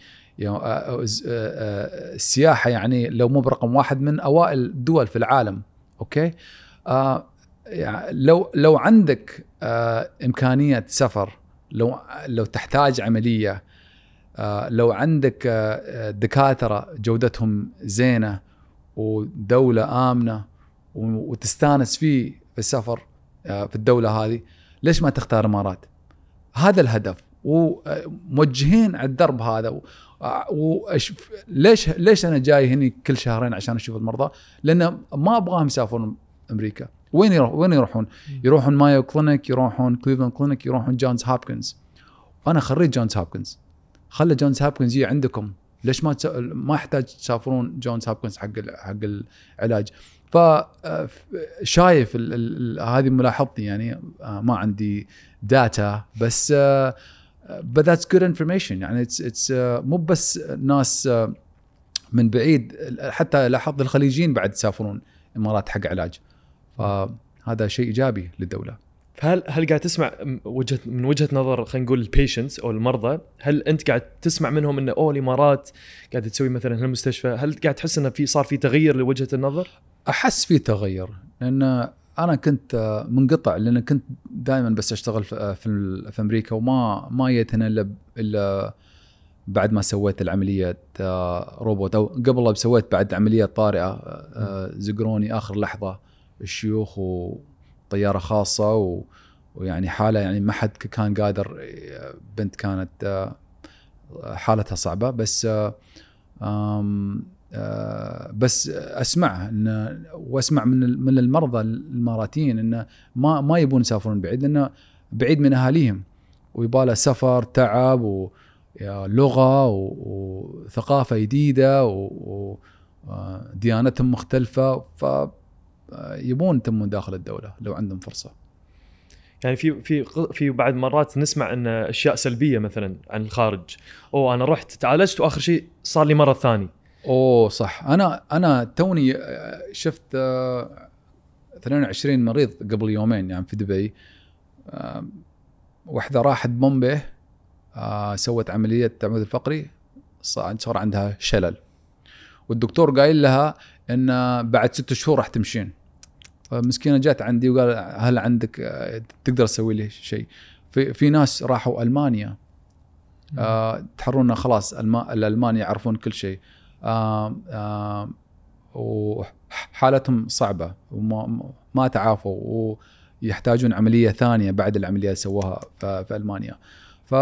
السياحة يعني لو مو برقم واحد من أوائل الدول في العالم. أوكي. آه يعني لو لو عندك آه إمكانية سفر، لو لو تحتاج عملية، آه لو عندك آه دكاترة جودتهم زينة ودولة آمنة وتستانس فيه في السفر آه في الدولة هذه، ليش ما تختار الإمارات؟ هذا الهدف، وموجهين على الدرب هذا. وليش ليش انا جاي هني كل شهرين عشان اشوف المرضى؟ لان ما ابغاهم يسافرون امريكا. وين يروح وين يروحون؟ يروحون مايو كلينيك، يروحون كليفلاند كلينيك، يروحون جونز هوبكنز. انا خريج جونز هوبكنز، خلى جونز هوبكنز يجي عندكم. ليش ما تس... ما يحتاج تسافرون جونز هوبكنز حق ال... حق العلاج؟ فشايف هذه ملاحظتي يعني ما عندي داتا بس uh, but that's good information يعني it's it's uh, مو بس ناس uh, من بعيد حتى لاحظت الخليجيين بعد يسافرون الامارات حق علاج فهذا شيء ايجابي للدوله. هل هل قاعد تسمع وجهه من وجهه نظر خلينا نقول البيشنتس او المرضى هل انت قاعد تسمع منهم انه اوه الامارات قاعده تسوي مثلا هالمستشفى هل قاعد تحس انه في صار في تغيير لوجهه النظر؟ احس في تغير لان انا كنت منقطع لان كنت دائما بس اشتغل في في امريكا وما ما جيت هنا الا الا بعد ما سويت العمليه روبوت او قبل سويت بعد عمليه طارئه زقروني اخر لحظه الشيوخ وطياره خاصه و ويعني حاله يعني ما حد كان قادر بنت كانت حالتها صعبه بس بس اسمع ان واسمع من من المرضى الاماراتيين انه ما ما يبون يسافرون بعيد لانه بعيد من اهاليهم ويباله سفر تعب ولغه وثقافه جديده وديانتهم مختلفه فيبون يتمون داخل الدوله لو عندهم فرصه. يعني في في في بعد مرات نسمع ان اشياء سلبيه مثلا عن الخارج او انا رحت تعالجت واخر شيء صار لي مرض ثاني. اوه صح انا انا توني شفت اثنين وعشرين مريض قبل يومين يعني في دبي واحده راحت بومبي سوت عمليه التعمد الفقري صار عندها شلل والدكتور قايل لها ان بعد ستة شهور راح تمشين فمسكينه جات عندي وقال هل عندك تقدر تسوي لي شيء؟ في في ناس راحوا المانيا آه تحرونا خلاص الالمان يعرفون كل شيء آه آه وحالتهم صعبه وما ما تعافوا ويحتاجون عمليه ثانيه بعد العمليه اللي سووها في المانيا. ف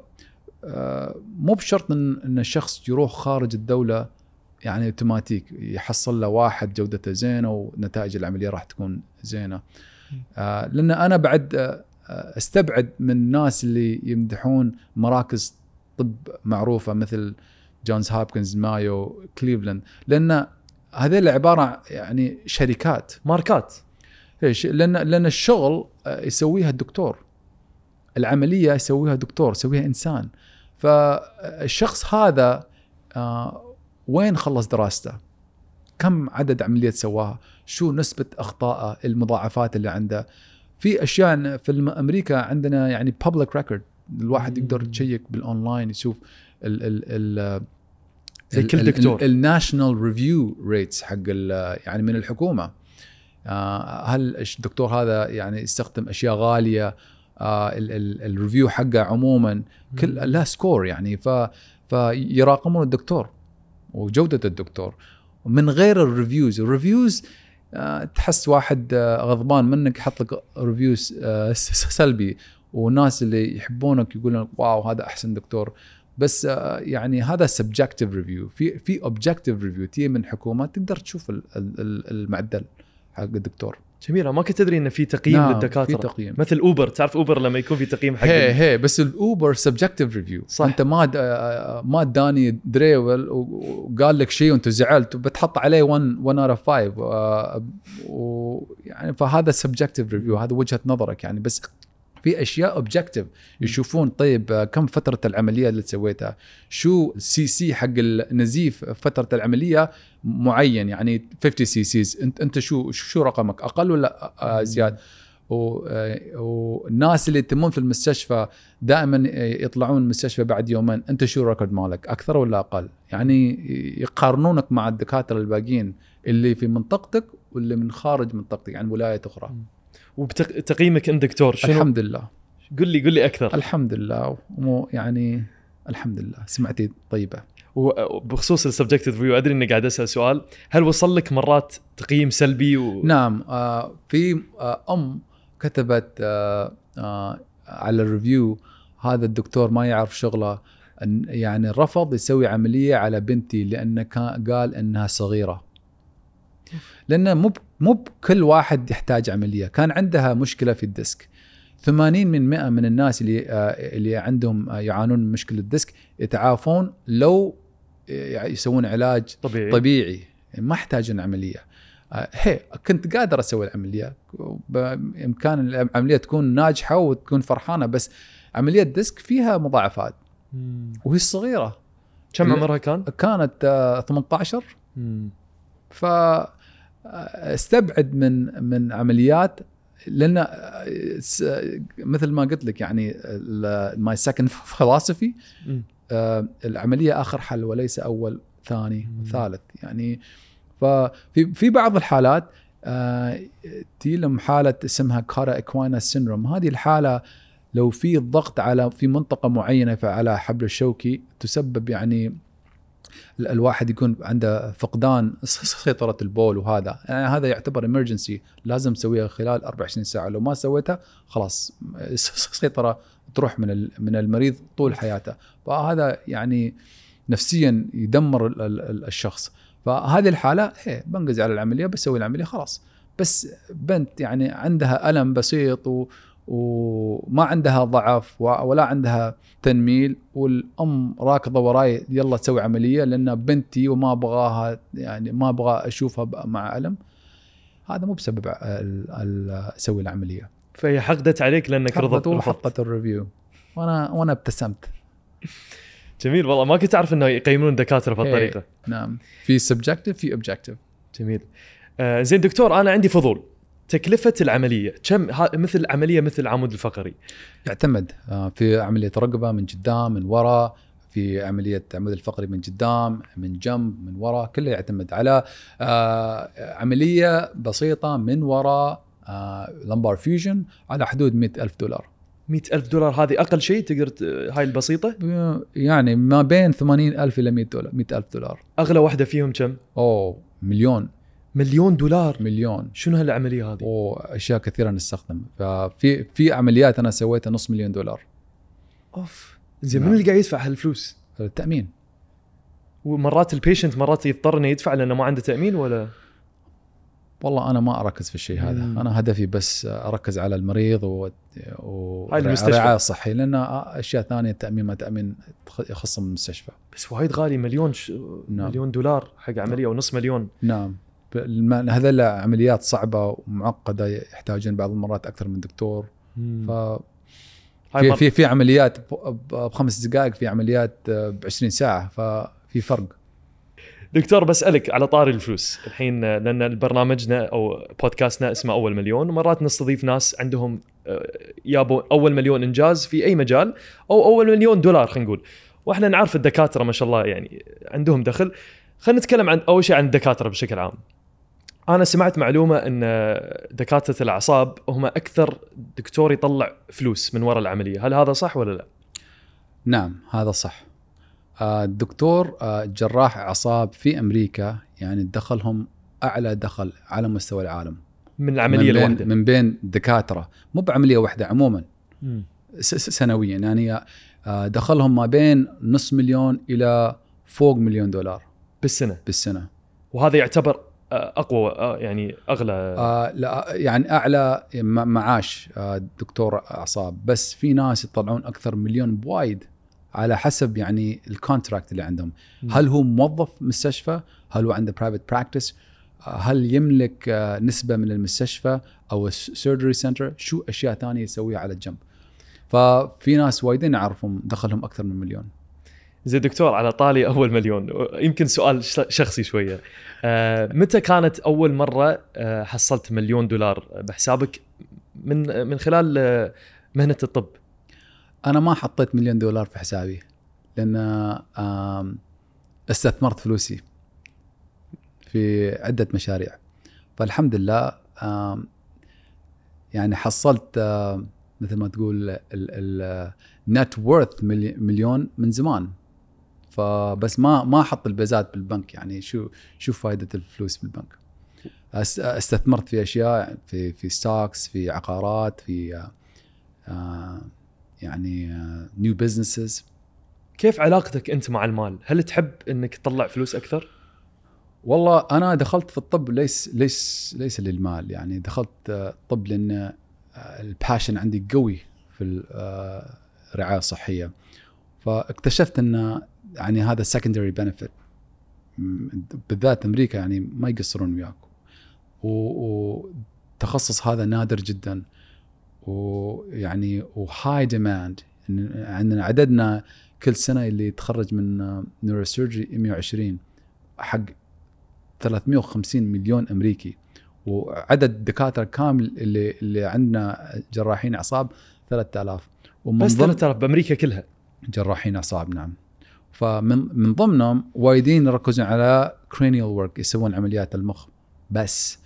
مو بشرط ان ان الشخص يروح خارج الدوله يعني اوتوماتيك يحصل له واحد جودته زينه ونتائج العمليه راح تكون زينه. آه لان انا بعد آه استبعد من الناس اللي يمدحون مراكز طب معروفه مثل جونز هوبكنز مايو كليفلاند لان هذول عباره يعني شركات ماركات ليش؟ لان لان الشغل يسويها الدكتور العمليه يسويها الدكتور يسويها انسان فالشخص هذا آه وين خلص دراسته كم عدد عمليات سواها شو نسبة أخطاءه المضاعفات اللي عنده في أشياء في أمريكا عندنا يعني public record الواحد يقدر يتشيك بالأونلاين يشوف ال ال ال زي كل دكتور الناشنال ريفيو ريتس حق يعني من الحكومة آه هل الدكتور هذا يعني يستخدم أشياء غالية آه الريفيو حقه عموما كل لا سكور يعني ف فيراقمون الدكتور وجودة الدكتور من غير الريفيوز الريفيوز أه تحس واحد أه غضبان منك يحط لك ريفيوز أه سلبي والناس اللي يحبونك يقولون واو هذا أحسن دكتور بس أه يعني هذا subjective review في في objective review تي من حكومة تقدر تشوف المعدل حق الدكتور. جميلة ما كنت تدري إن في تقييم نعم للدكاترة في تقييم. مثل أوبر تعرف أوبر لما يكون في تقييم حق هي هي بس الأوبر subjective review صح. أنت ما ما اداني دريول وقال لك شيء وأنت زعلت وبتحط عليه one one out of five ويعني فهذا subjective review هذا وجهة نظرك يعني بس في أشياء objective يشوفون طيب كم فترة العملية اللي سويتها شو السي سي حق النزيف فترة العملية معين يعني خمسين سي سيز انت انت شو شو رقمك اقل ولا زياده والناس اللي يتمون في المستشفى دائما يطلعون من المستشفى بعد يومين انت شو ريكورد مالك اكثر ولا اقل يعني يقارنونك مع الدكاتره الباقيين اللي في منطقتك واللي من خارج منطقتك يعني ولايه اخرى. وبتقييمك انت دكتور شنو؟ الحمد لله قل لي قل لي اكثر. الحمد لله مو يعني الحمد لله سمعتي طيبه. وبخصوص السبجكتيف ريفيو ادري اني قاعد اسال سؤال هل وصل لك مرات تقييم سلبي و... نعم آه في آه ام كتبت آه آه على الريفيو هذا الدكتور ما يعرف شغله يعني رفض يسوي عمليه على بنتي لانه كان قال انها صغيره لانه مو مو بكل واحد يحتاج عمليه كان عندها مشكله في الديسك ثمانين من مئة من الناس اللي آه اللي عندهم آه يعانون من مشكله الديسك يتعافون لو يسوون علاج طبيعي, طبيعي. ما يحتاجون عملية هي كنت قادر اسوي العمليه، بامكان العمليه تكون ناجحه وتكون فرحانه، بس عمليه ديسك فيها مضاعفات وهي صغيره. كم عمرها كان؟ كانت ثمانية عشر. ف استبعد من من عمليات، لان مثل ما قلت لك يعني ماي سكند فلسفي العمليه اخر حل وليس اول ثاني ثالث يعني. ففي في بعض الحالات تي لهم حاله اسمها كارا اكوانا سيندروم. هذه الحاله لو في الضغط على في منطقه معينه على حبل الشوكي تسبب يعني الواحد يكون عنده فقدان سيطرة البول، وهذا يعني هذا يعتبر إمرجنسي لازم تسويها خلال أربعة وعشرين ساعة. لو ما سويتها خلاص السيطرة تروح من من المريض طول حياته. فهذا يعني نفسيا يدمر الشخص. فهذه الحالة هي بنقز على العملية، بسوي العملية خلاص. بس بنت يعني عندها ألم بسيط و وما عندها ضعف ولا عندها تنميل، والأم راكضة وراي يلا تسوي عملية لأن بنتي وما أبغاها يعني ما أبغى أشوفها مع ألم، هذا مو بسبب أسوي العملية. فهي حقدت عليك لأنك رفضت وحطت الريفيو وأنا وأنا ابتسمت. جميل والله، ما كنت أعرف إنه يقيمون دكاترة بهالطريقة. نعم، في subjective في objective. جميل. آه زين دكتور، أنا عندي فضول، تكلفة العملية كم؟ مثل عملية مثل العمود الفقري يعتمد في عملية رقبة من قدام من وراء، في عملية عمود الفقري من قدام من جنب من وراء، كله يعتمد على عملية بسيطة من وراء لمبار فيوجن على حدود مئة ألف دولار. مئة ألف دولار هذه أقل شيء تقدر هاي البسيطة؟ يعني ما بين ثمانين ألف إلى مئة دولار مئة ألف دولار. أغلى واحدة فيهم كم؟ أوه مليون. مليون دولار؟ مليون. شنو هالعملية هذه؟ وأشياء كثيرة نستخدم. ففي في عمليات أنا سويتها نص مليون دولار. أوف. زين من اللي قاعد يدفع هالفلوس؟ التأمين. ومرات البيشنت مرات يضطر إنه يدفع لأنه ما عنده تأمين ولا؟ والله أنا ما أركز في الشيء هذا. مم. أنا هدفي بس أركز على المريض و والرعاية الصحية، لأن أشياء ثانية تأمين ما تأمين يخص من المستشفى. بس وايد غالي، مليون ش... نعم. مليون دولار حق عملية ونص مليون. نعم. هذا العمليات صعبة ومعقدة، يحتاجون بعض المرات أكثر من دكتور. ف في, مر... في في عمليات بخمس دقائق، في عمليات بعشرين ساعة، ففي فرق. دكتور بسألك على طاري الفلوس الحين، لأن البرنامجنا أو بودكاستنا اسمه أول مليون، ومرات نستضيف ناس عندهم يابو أول مليون إنجاز في أي مجال أو أول مليون دولار خلينا نقول، وإحنا نعرف الدكاترة ما شاء الله يعني عندهم دخل. خلينا نتكلم عن أول شيء عن الدكاترة بشكل عام. أنا سمعت معلومة أن دكاترة الأعصاب هم أكثر دكتور يطلع فلوس من وراء العملية، هل هذا صح ولا لا؟ نعم هذا صح. الدكتور جراح أعصاب في أمريكا يعني دخلهم أعلى دخل على مستوى العالم من العملية من الواحدة، من بين دكاترة، مو بعملية واحدة عموما سنويا يعني دخلهم ما بين نص مليون إلى فوق مليون دولار بالسنة بالسنة. وهذا يعتبر أقوى يعني أغلى آه لا يعني أعلى معاش دكتور أعصاب، بس في ناس يطلعون أكثر مليون بوايد على حسب يعني الكونتراكت اللي عندهم. م. هل هو موظف مستشفى؟ هل هو عنده برايفت براكتس؟ هل يملك نسبة من المستشفى أو السيرجري سنتر؟ شو أشياء ثانية يسويها على الجنب. ففي ناس وايدين نعرفهم دخلهم أكثر من مليون. زي دكتور على طالي أول مليون، يمكن سؤال شخصي شوية، آه متى كانت أول مرة آه حصلت مليون دولار بحسابك من من خلال آه مهنة الطب؟ أنا ما حطيت مليون دولار في حسابي، لأن استثمرت فلوسي في عدة مشاريع، فالحمد لله يعني حصلت مثل ما تقول النت وورث مليون من زمان. فبس ما ما أحط البيزات بالبنك، يعني شو شو فائدة الفلوس في البنك. استثمرت في أشياء، في في ستوكس، في عقارات، في يعني نيو بزنسز. كيف علاقتك أنت مع المال؟ هل تحب إنك تطلع فلوس أكثر؟ والله أنا دخلت في الطب ليس ليس ليس للمال، يعني دخلت الطب لأن الباشن عندي قوي في الرعاية الصحية، فاكتشفت أن يعني هذا secondary benefit، بالذات أمريكا يعني ما يقصرون وياك. وتخصص هذا نادر جدا، ويعني وهاي ديماند. عندنا عددنا كل سنة اللي يتخرج من نيوروسيرجري مئة وعشرين حق ثلاثمئة وخمسين مليون أمريكي، وعدد دكاترة كامل اللي اللي عندنا جراحين أعصاب ثلاثة آلاف، بس ثلاثة آلاف بأمريكا كلها جراحين أعصاب. نعم. فمن من ضمنهم وايدين يركزون على cranial work، يسوون عمليات المخ بس،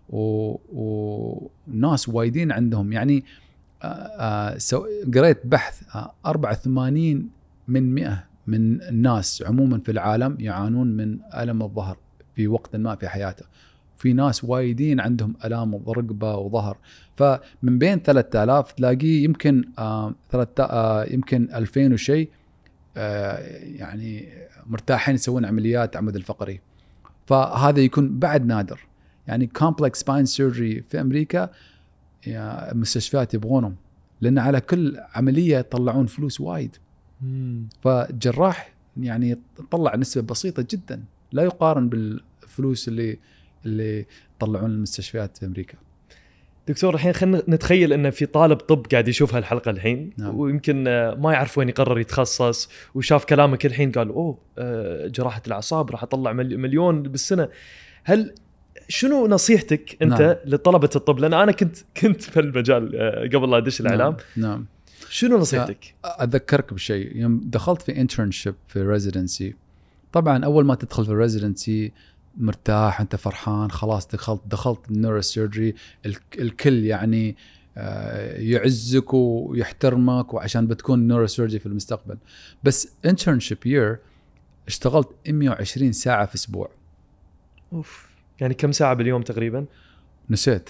وناس وايدين عندهم يعني آه قريت بحث آه أربعة وثمانين من مئة من الناس عموما في العالم يعانون من ألم الظهر في وقت ما في حياته. في ناس وايدين عندهم ألام رقبة وظهر. فمن بين ثلاثة آلاف تلاقيه يمكن آه ثلاثة آه يمكن ألفين وشيء آه يعني مرتاحين يسوون عمليات عمود الفقري. فهذا يكون بعد نادر. يعني complex spine surgery في أمريكا يعني مستشفيات يبغونهم، لأن على كل عملية يطلعون فلوس وايد. مم. فالجراح يعني يطلع نسبة بسيطة جدا لا يقارن بالفلوس اللي اللي يطلعون المستشفيات في أمريكا. دكتور الحين خلينا نتخيل أن في طالب طب قاعد يشوف هالحلقة الحين. نعم. ويمكن ما يعرف وين يقرر يتخصص، وشاف كلامك الحين قال أوه جراحة الأعصاب راح أطلع مليون بالسنة. هل شنو نصيحتك أنت نعم. لطلبة الطب؟ لأن أنا كنت كنت في المجال قبل لا أدش الإعلام. نعم. نعم. شنو نصيحتك؟ أذكرك بشيء. يوم دخلت في internship في residency، طبعا أول ما تدخل في residency مرتاح أنت فرحان خلاص دخلت دخلت النيوروسيرجري، الكل يعني يعزك ويحترمك وعشان بتكون نيوروسيرجي في المستقبل. بس internship year اشتغلت مئة وعشرين ساعة في أسبوع. أوف. يعني كم ساعة باليوم تقريبا؟ نسيت.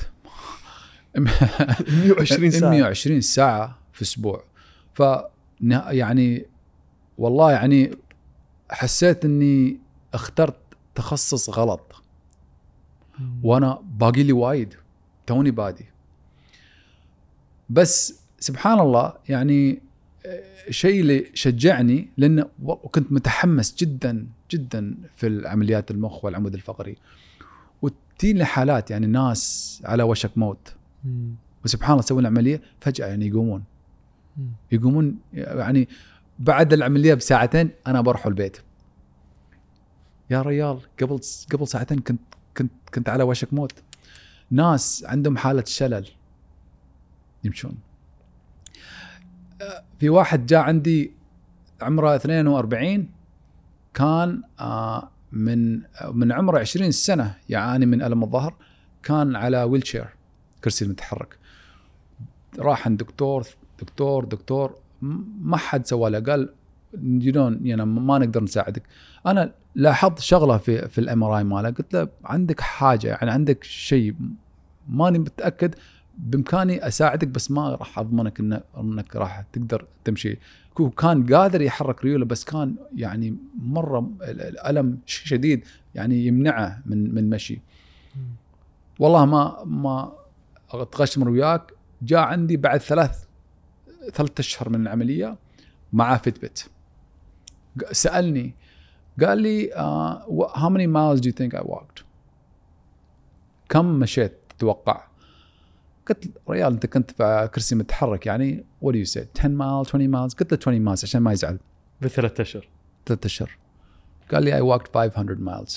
مئة وعشرين ساعة. مئة وعشرين ساعة في أسبوع. ف يعني والله يعني حسيت إني اخترت تخصص غلط، وأنا باقي لي وايد توني بادي. بس سبحان الله يعني شيء اللي شجعني، لأن كنت متحمس جدا جدا في العمليات المخ والعمود الفقري، وتين حالات يعني ناس على وشك موت مم. وسبحان الله سووا العملية فجأة يعني يقومون مم. يقومون يعني بعد العملية بساعتين أنا بروح البيت. يا ريال قبل قبل ساعتين كنت كنت كنت على وشك موت. ناس عندهم حالة شلل يمشون. في واحد جاء عندي عمره اثنين وأربعين، كان من من عمره عشرين سنة يعاني من ألم الظهر، كان على ويلشير كرسي متحرك. راح عند دكتور دكتور دكتور ما حد سوى له، قال يدون يعني ما نقدر نساعدك. أنا لاحظت شغلة في في الام ار اي ماله، قلت له عندك حاجة يعني عندك شيء ماني متأكد، بإمكاني أساعدك بس ما راح أضمنك إنك إنك راح تقدر تمشي. كان قادر يحرك ريوله بس كان يعني مرة الألم شديد يعني يمنعه من من مشي. والله ما ما أتغشمر وياك. جاء عندي بعد ثلاث ثلاث أشهر من العملية مع فتبت. سألني قال لي uh, how many miles do you think I walked؟ كم مشيت تتوقع؟ قلت ريال أنت كنت في كرسي متحرك يعني what do you say ten miles twenty miles؟ قلت له twenty miles عشان ما يزعل. بثلاث أشهر ثلاث أشهر. قال لي I walked five hundred miles.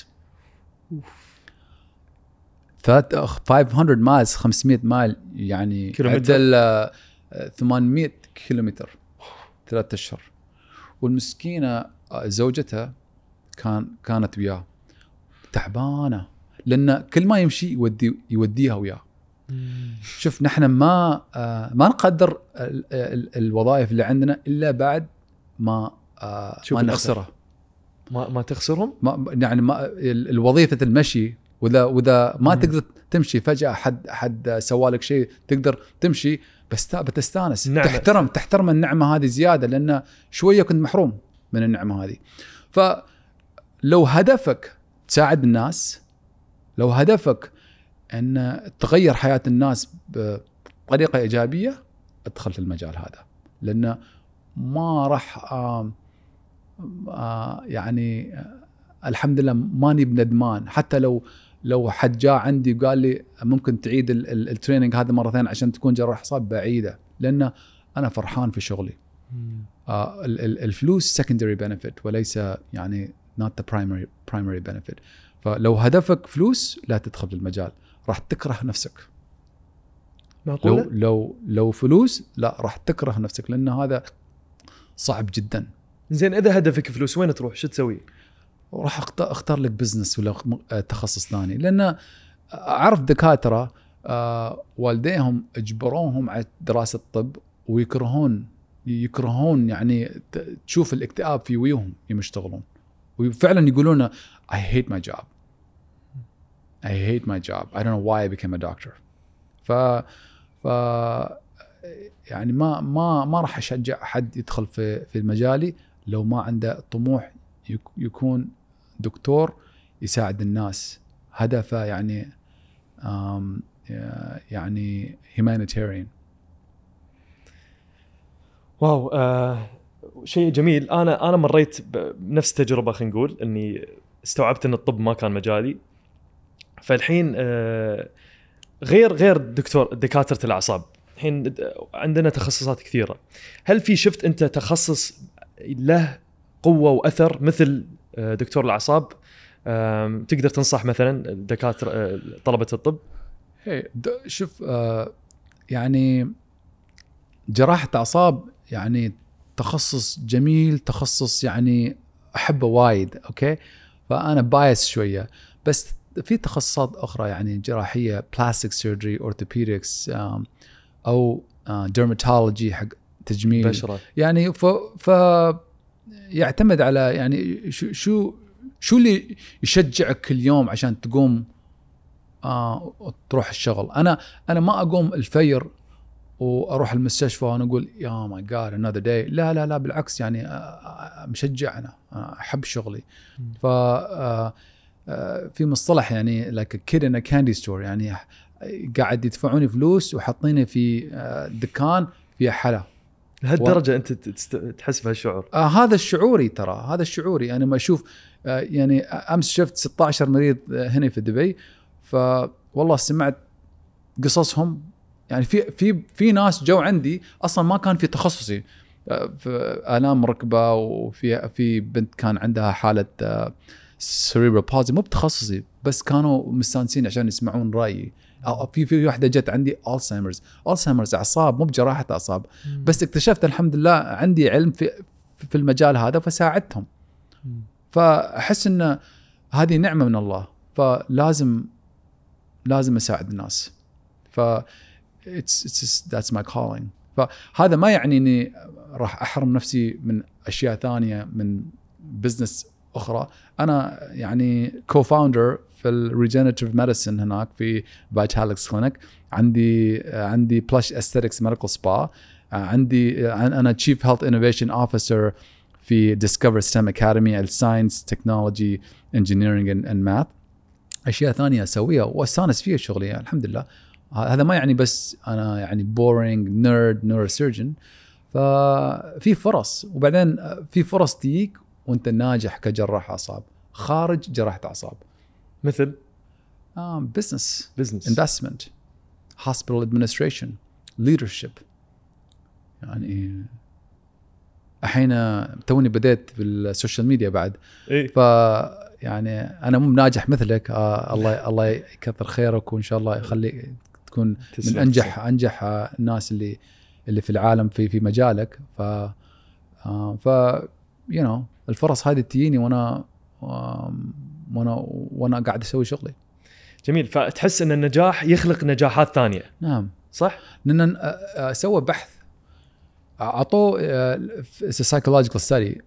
five hundred miles خمسمئة مايل يعني عدل ثمانمئة كيلومتر ثلاث أشهر. والمسكينة زوجتها كان كانت وياه تعبانة، لأن كل ما يمشي يودي يوديها وياه. شوف نحن ما ما نقدر الوظائف اللي عندنا إلا بعد ما ما نخسرها. ما ما تخسرهم ما يعني ما الوظيفة المشي، وإذا وإذا ما مم. تقدر تمشي فجأة حد حد سوالك شيء تقدر تمشي، بس بتستانس نعمة. تحترم تحترم النعمة هذه زيادة، لأن شوية كنت محروم من النعمة هذه. فلو هدفك تساعد الناس، لو هدفك أن تغير حياة الناس بطريقة إيجابية، ادخل في المجال هذا، لأن ما راح آه آه يعني آه الحمد لله ماني بندمان. حتى لو لو حد جاء عندي وقال لي ممكن تعيد التريننج هذا مرتين عشان تكون جراح اعصاب، بعيده، لان انا فرحان في شغلي. آه الفلوس secondary benefit وليس يعني not the primary primary benefit. فلو هدفك فلوس لا تدخل المجال، راح تكره نفسك. معقولة؟ لو لو لو فلوس لا راح تكره نفسك، لأن هذا صعب جدا. زين إذا هدفك فلوس وين تروح؟ شو تسوي؟ راح اختار لك بزنس ولا تخصص ثاني، لأن أعرف دكاترة آه والديهم اجبروهم على دراسة الطب ويكرهون يكرهون يعني تشوف الاكتئاب في ويهم يوم يشتغلون، وفعلا يقولون I hate my job I hate my job I don't know why I became a doctor. ف ف يعني ما ما ما راح اشجع حد يدخل في في مجالي لو ما عنده طموح يكون دكتور يساعد الناس، هدفه يعني يعني humanitarian. واو آه شيء جميل. انا انا مريت بنفس التجربه، خلينا نقول اني استوعبت ان الطب ما كان مجالي. فالحين آه غير غير دكتور دكاتره الاعصاب، الحين عندنا تخصصات كثيره. هل في شفت انت تخصص له قوه واثر مثل دكتور الاعصاب تقدر تنصح مثلا دكاتره طلبه الطب؟ هي شوف آه يعني جراحه اعصاب يعني تخصص جميل، تخصص يعني احبه وايد، اوكي. فانا بايس شويه، بس في تخصصات اخرى يعني جراحيه، بلاستيك سيرجري، اورثوبيدكس، او ديرماتولوجي حق تجميل بشرة. يعني ف, ف يعتمد على يعني شو شو شو اللي يشجعك كل يوم عشان تقوم آه تروح الشغل. انا انا ما اقوم الفير واروح المستشفى وانا اقول يا ماي جاد another day. لا لا لا بالعكس، يعني مشجع، انا احب شغلي. ف في مصطلح يعني like a kid in a candy store، يعني قاعد يدفعوني فلوس وحاطيني في دكان فيها حلا. لهالدرجه و... انت تحس بهالشعور؟ آه هذا الشعوري، ترى هذا الشعوري. انا ما اشوف آه يعني امس شفت ستة عشر مريض هنا في دبي، فوالله سمعت قصصهم. يعني في في في ناس جو عندي اصلا ما كان في تخصصي، في آلام ركبه، وفي في بنت كان عندها حاله سيريبرال بالسي مو بتخصصي، بس كانوا مستانسين عشان يسمعون رايي. أو في في واحده جت عندي الزهايمرز الزهايمرز اعصاب، مو بجراحه اعصاب، بس اكتشفت الحمد لله عندي علم في في المجال هذا فساعدتهم. فاحس ان هذه نعمه من الله، فلازم لازم اساعد الناس. ف it's it's just, that's my calling. فهذا ما يعني اني راح احرم نفسي من اشياء ثانيه، من بزنس اخرى. انا يعني كو-فاوندر في الريجنريتيف ميديسن هناك في فيتالكس كلينيك. عندي عندي بلاش استيتكس ميديكال سبا. عندي انا تشيف هيلث انوفيشن اوفيسر في ديسكفر ستيم اكاديمي الساينس تكنولوجي انجينيرنج اند ماث. اشياء ثانيه اسويها واستانس فيها شغلي يعني الحمد لله. هذا ما يعني بس انا يعني بورينج نيرد نيوروسيرجن. ففي فرص، وبعدين في فرص تجيك وانت ناجح كجراح اعصاب خارج جراحه اعصاب، مثل بزنس بزنس انفستمنت، هوسبيتال ادمنستريشن، ليدرشيب. يعني الحين توني بديت بالسوشيال ميديا بعد إيه؟ ف يعني انا مو ناجح مثلك. آه الله الله يكثر خيرك، وان شاء الله يخلي تكون من انجح انجح الناس اللي اللي في العالم في في مجالك. ف آه ف you know الفرص هذه تجيني وانا وانا وانا قاعد اسوي شغلي. جميل. فتحس ان النجاح يخلق نجاحات ثانيه؟ نعم صح. لان سوى بحث اعطوه سايكولوجيكال ستدي،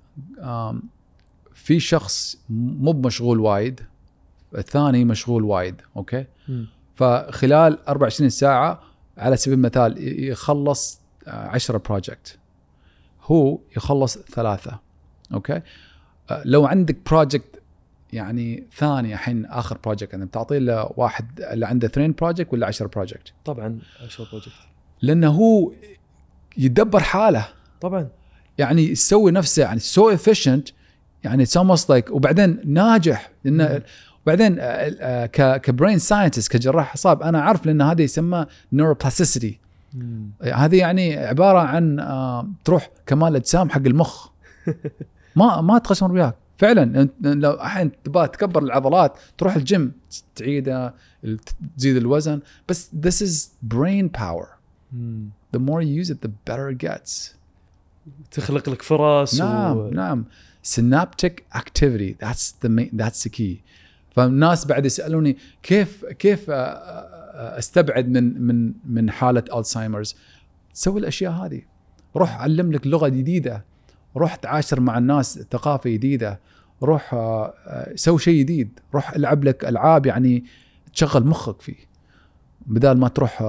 في شخص مو مشغول وايد، الثاني مشغول وايد، اوكي. م. فخلال أربعة وعشرين ساعة على سبيل المثال يخلص عشرة بروجكت، هو يخلص ثلاثة، اوكي. لو عندك بروجكت يعني ثاني الحين اخر بروجكت انا بتعطيه له واحد اللي عنده اثنين بروجكت ولا عشرة بروجكت؟ طبعا عشرة بروجكت، لانه هو يدبر حاله طبعا، يعني يسوي نفسه يعني so efficient، يعني it's almost like وبعدين ناجح لانه بعدين ك كبرين ساينتست كجراح اعصاب انا اعرف لان هذا يسمى نيوروبلاستيسيتي. هذه يعني عباره عن تروح كمال اجسام حق المخ ما ما تقشمر وياك فعلا. لو الحين تبغى تكبر العضلات تروح الجيم تعيده تزيد الوزن بس this is brain power. the more you use it the better it gets. تخلق لك فرص. نعم و... نعم synaptic activity that's the main, that's the key. فالناس بعد يسألوني كيف كيف استبعد من من من حالة ألزهايمرز. سوي الأشياء هذه، روح علم لك لغة جديدة، روح تعاشر مع الناس ثقافة جديدة، روح سوي شيء جديد، روح العب لك ألعاب يعني تشغل مخك فيه بدال ما تروح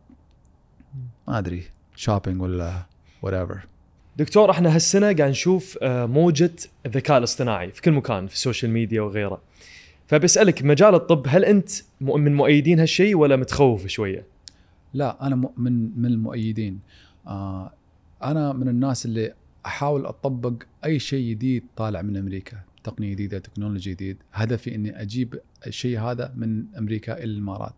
ما أدري شوبينج ولا whatever. دكتور احنا هالسنة قاعد نشوف موجة الذكاء الاصطناعي في كل مكان في السوشيال ميديا وغيره، فبسألك مجال الطب هل أنت من مؤيدين هالشيء ولا متخوف شوية؟ لا أنا من من المؤيدين. آه أنا من الناس اللي أحاول أطبق أي شيء جديد طالع من أمريكا، تقنية جديدة، تكنولوجيا جديد، هدفي إني أجيب الشيء هذا من أمريكا إلى الإمارات.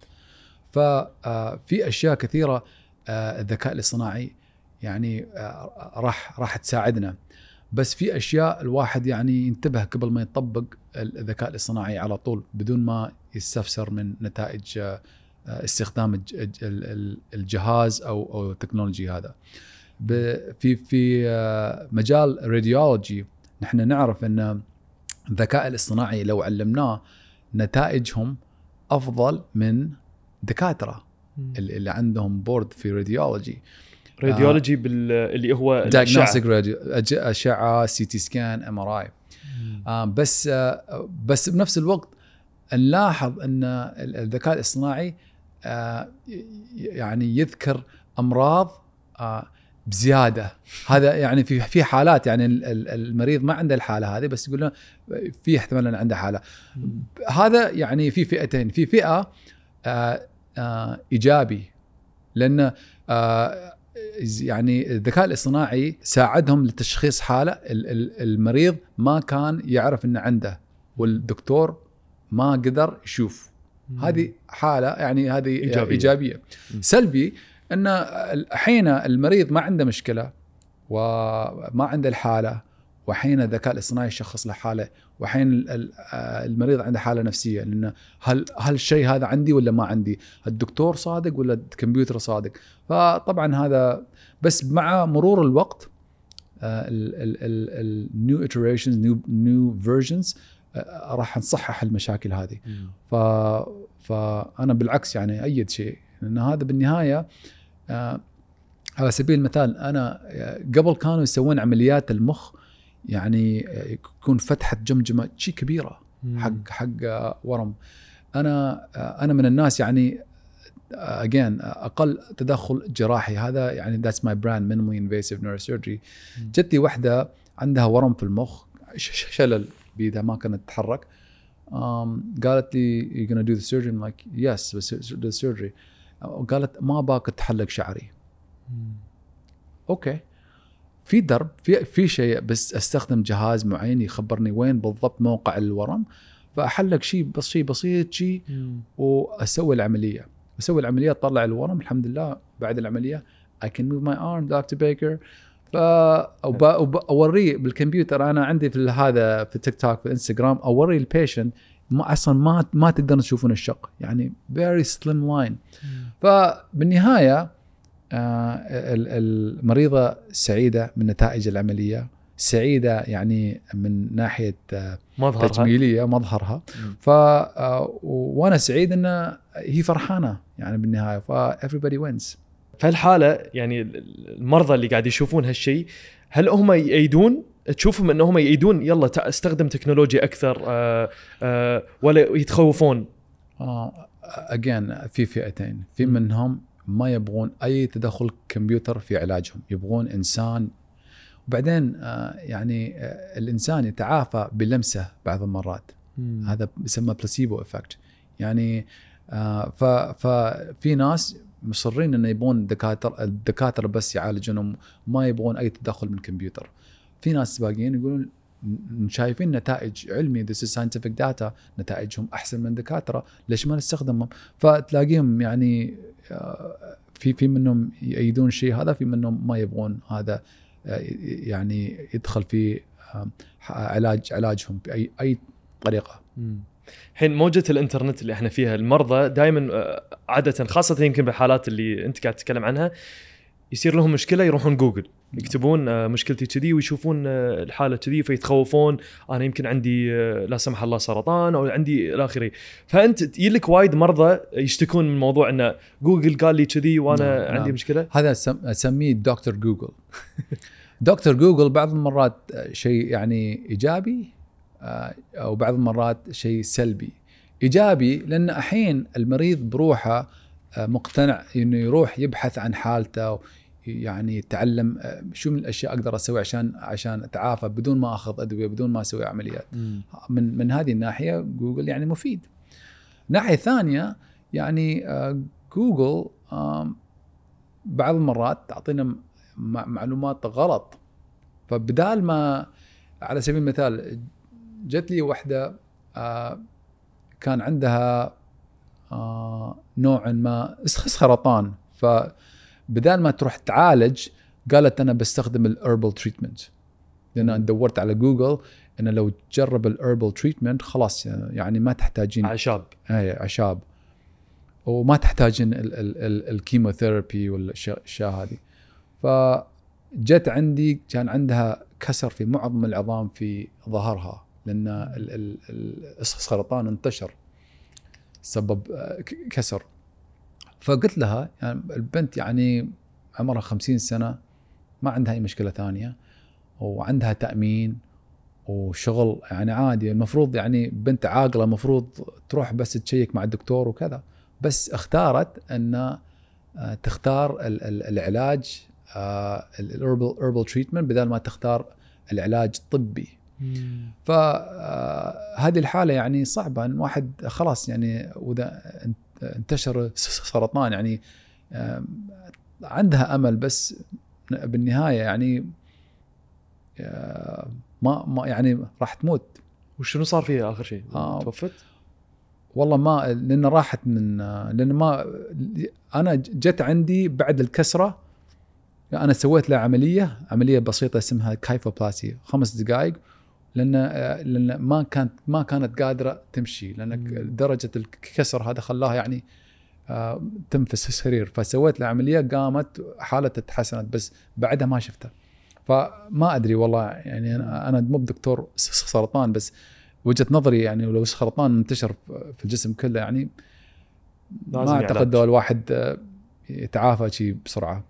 ففي أشياء كثيرة آه الذكاء الاصطناعي يعني آه راح راح تساعدنا، بس في أشياء الواحد يعني ينتبه قبل ما يطبق الذكاء الاصطناعي على طول بدون ما يستفسر من نتائج استخدام الجهاز أو أو التكنولوجي هذا. في في مجال الراديولوجي نحن نعرف أن الذكاء الاصطناعي لو علمناه نتائجهم أفضل من دكاترة اللي عندهم بورد في راديولوجي. راديولوجي باللي هو diagnostic radio أشعة سي تي سكان ام ار اي. بس آه بس بنفس الوقت نلاحظ ان الذكاء الاصطناعي آه يعني يذكر امراض آه بزياده. هذا يعني في في حالات يعني المريض ما عنده الحاله هذه بس يقول له في احتمال ان عنده حاله. هذا يعني في فئتين، في فئه آه آه ايجابي لان آه يعني الذكاء الاصطناعي ساعدهم لتشخيص حالة المريض ما كان يعرف انه عنده والدكتور ما قدر يشوف. هذه حالة يعني هذه إيجابية, إيجابية. سلبي ان حين المريض ما عنده مشكلة وما عنده الحالة وحين الذكاء الاصطناعي يشخص له حالة وحين المريض عنده حالة نفسية لأن هل هل الشيء هذا عندي ولا ما عندي، الدكتور صادق ولا الكمبيوتر صادق. فطبعا هذا بس مع مرور الوقت النيو iterations نيو نيو فيرجنز راح نصحح المشاكل هذه. ف فأنا بالعكس يعني أيد شيء لأن هذا بالنهاية على سبيل المثال أنا قبل كانوا يسوون عمليات المخ يعني يكون فتحة جمجمة شيء كبيرة حق حق ورم. أنا أنا من الناس يعني again أقل تدخل جراحي هذا يعني that's my brand minimally invasive neurosurgery. جتي واحدة عندها ورم في المخ شلل بيدها ما كانت تتحرك. um, قالت لي you're gonna do the surgery. I'm like yes the surgery. قالت ما باك تحلق شعري. أوكي في درب في في شيء بس استخدم جهاز معين يخبرني وين بالضبط موقع الورم فاحلق شيء بس شيء بسيط شيء واسوي العمليه اسوي العمليه اطلع الورم الحمد لله. بعد العمليه I can move my arm دكتور بيكر. فاوريه بالكمبيوتر انا عندي في هذا في تيك توك في انستغرام اوري البيشنت ما اصلا ما ما تقدرون تشوفون الشق يعني very slim line. فبالنهايه آه المريضة سعيدة من نتائج العملية، سعيدة يعني من ناحية آه مظهرها. تجميلية مظهرها. ف آه وأنا سعيد إن هي فرحانة يعني بالنهاية ف everybody wins. فالحالة يعني المرضى اللي قاعد يشوفون هالشيء هل هم يأيدون تشوفهم إنهم يأيدون يلا استخدم تكنولوجيا أكثر آه آه ولا يتخوفون؟ آه again في فئتين، في منهم ما يبغون أي تدخل كمبيوتر في علاجهم، يبغون إنسان. وبعدين آه يعني آه الإنسان يتعافى بلمسة بعض المرات. مم. هذا يسمى بلاسيبو إفكت. يعني آه ففي ناس مصرين إنه يبغون دكاترة الدكاترة بس يعالجونهم ما يبغون أي تدخل من الكمبيوتر. في ناس باقيين يقولون شايفين نتائج علمي this is scientific data نتائجهم أحسن من دكاترة ليش ما نستخدمهم فتلاقيهم يعني في في منهم يأيدون شيء هذا في منهم ما يبغون هذا يعني يدخل في علاج علاجهم بأي أي طريقة. الحين موجة الانترنت اللي احنا فيها المرضى دائما عادة خاصة يمكن بالحالات اللي انت قاعد تتكلم عنها يصير لهم مشكلة يروحون جوجل يكتبون مشكلتي كذي ويشوفون الحالة كذي فيتخوفون أنا يمكن عندي لا سمح الله سرطان أو عندي الآخري. فأنت يلك وايد مرضى يشتكون من موضوع أن جوجل قال لي كذي وأنا نعم. عندي نعم. مشكلة. هذا أسميه دكتور جوجل. دكتور جوجل بعض المرات شيء يعني إيجابي أو بعض المرات شيء سلبي. إيجابي لأن أحين المريض بروحه مقتنع إنه يروح يبحث عن حالته يعني يتعلم شو من الأشياء أقدر أسوي عشان عشان أتعافى بدون ما أخذ أدوية بدون ما أسوي عمليات. م. من من هذه الناحية جوجل يعني مفيد. ناحية ثانية يعني جوجل بعض المرات تعطينا معلومات غلط. فبدال ما على سبيل المثال جت لي واحدة كان عندها نوع ما سرطان فبدال ما تروح تعالج قالت أنا بستخدم الهربال تريتمنت لأن أنا دورت على جوجل إن لو تجرب الهربال تريتمنت خلاص يعني ما تحتاجين أعشاب أي أعشاب وما تحتاجين الكيموثيرابي والأشياء هذه. فجت عندي كان عندها كسر في معظم العظام في ظهرها لأن السرطان انتشر سبب كسر. فقلت لها يعني البنت يعني عمرها خمسين سنة ما عندها أي مشكلة ثانية وعندها تأمين وشغل يعني عادي المفروض يعني بنت عاقلة مفروض تروح بس تشيك مع الدكتور وكذا بس اختارت أن تختار العلاج الهربال تريتمنت بدل ما تختار العلاج الطبي. فهذه الحالة يعني صعبة إن واحد خلاص يعني وإذا انتشر سرطان يعني عندها أمل بس بالنهاية يعني ما ما يعني راح تموت. وشنو صار فيها آخر شيء؟ آه توفت؟ والله ما لأن راحت من لأن ما أنا جت عندي بعد الكسرة أنا سويت لها عملية عملية بسيطة اسمها كايفوبلاسي خمس دقائق لأن لأن ما كانت ما كانت قادرة تمشي لأن مم. درجة الكسر هذا خلاها يعني آه تنفس السرير فسويت لها عملية قامت حالتها تحسنت بس بعدها ما شفتها. فما أدري والله يعني أنا أنا مو بدكتور سرطان بس وجهة نظري يعني ولو السرطان منتشر في الجسم كله يعني ما أعتقد الواحد يتعافى شيء بسرعة.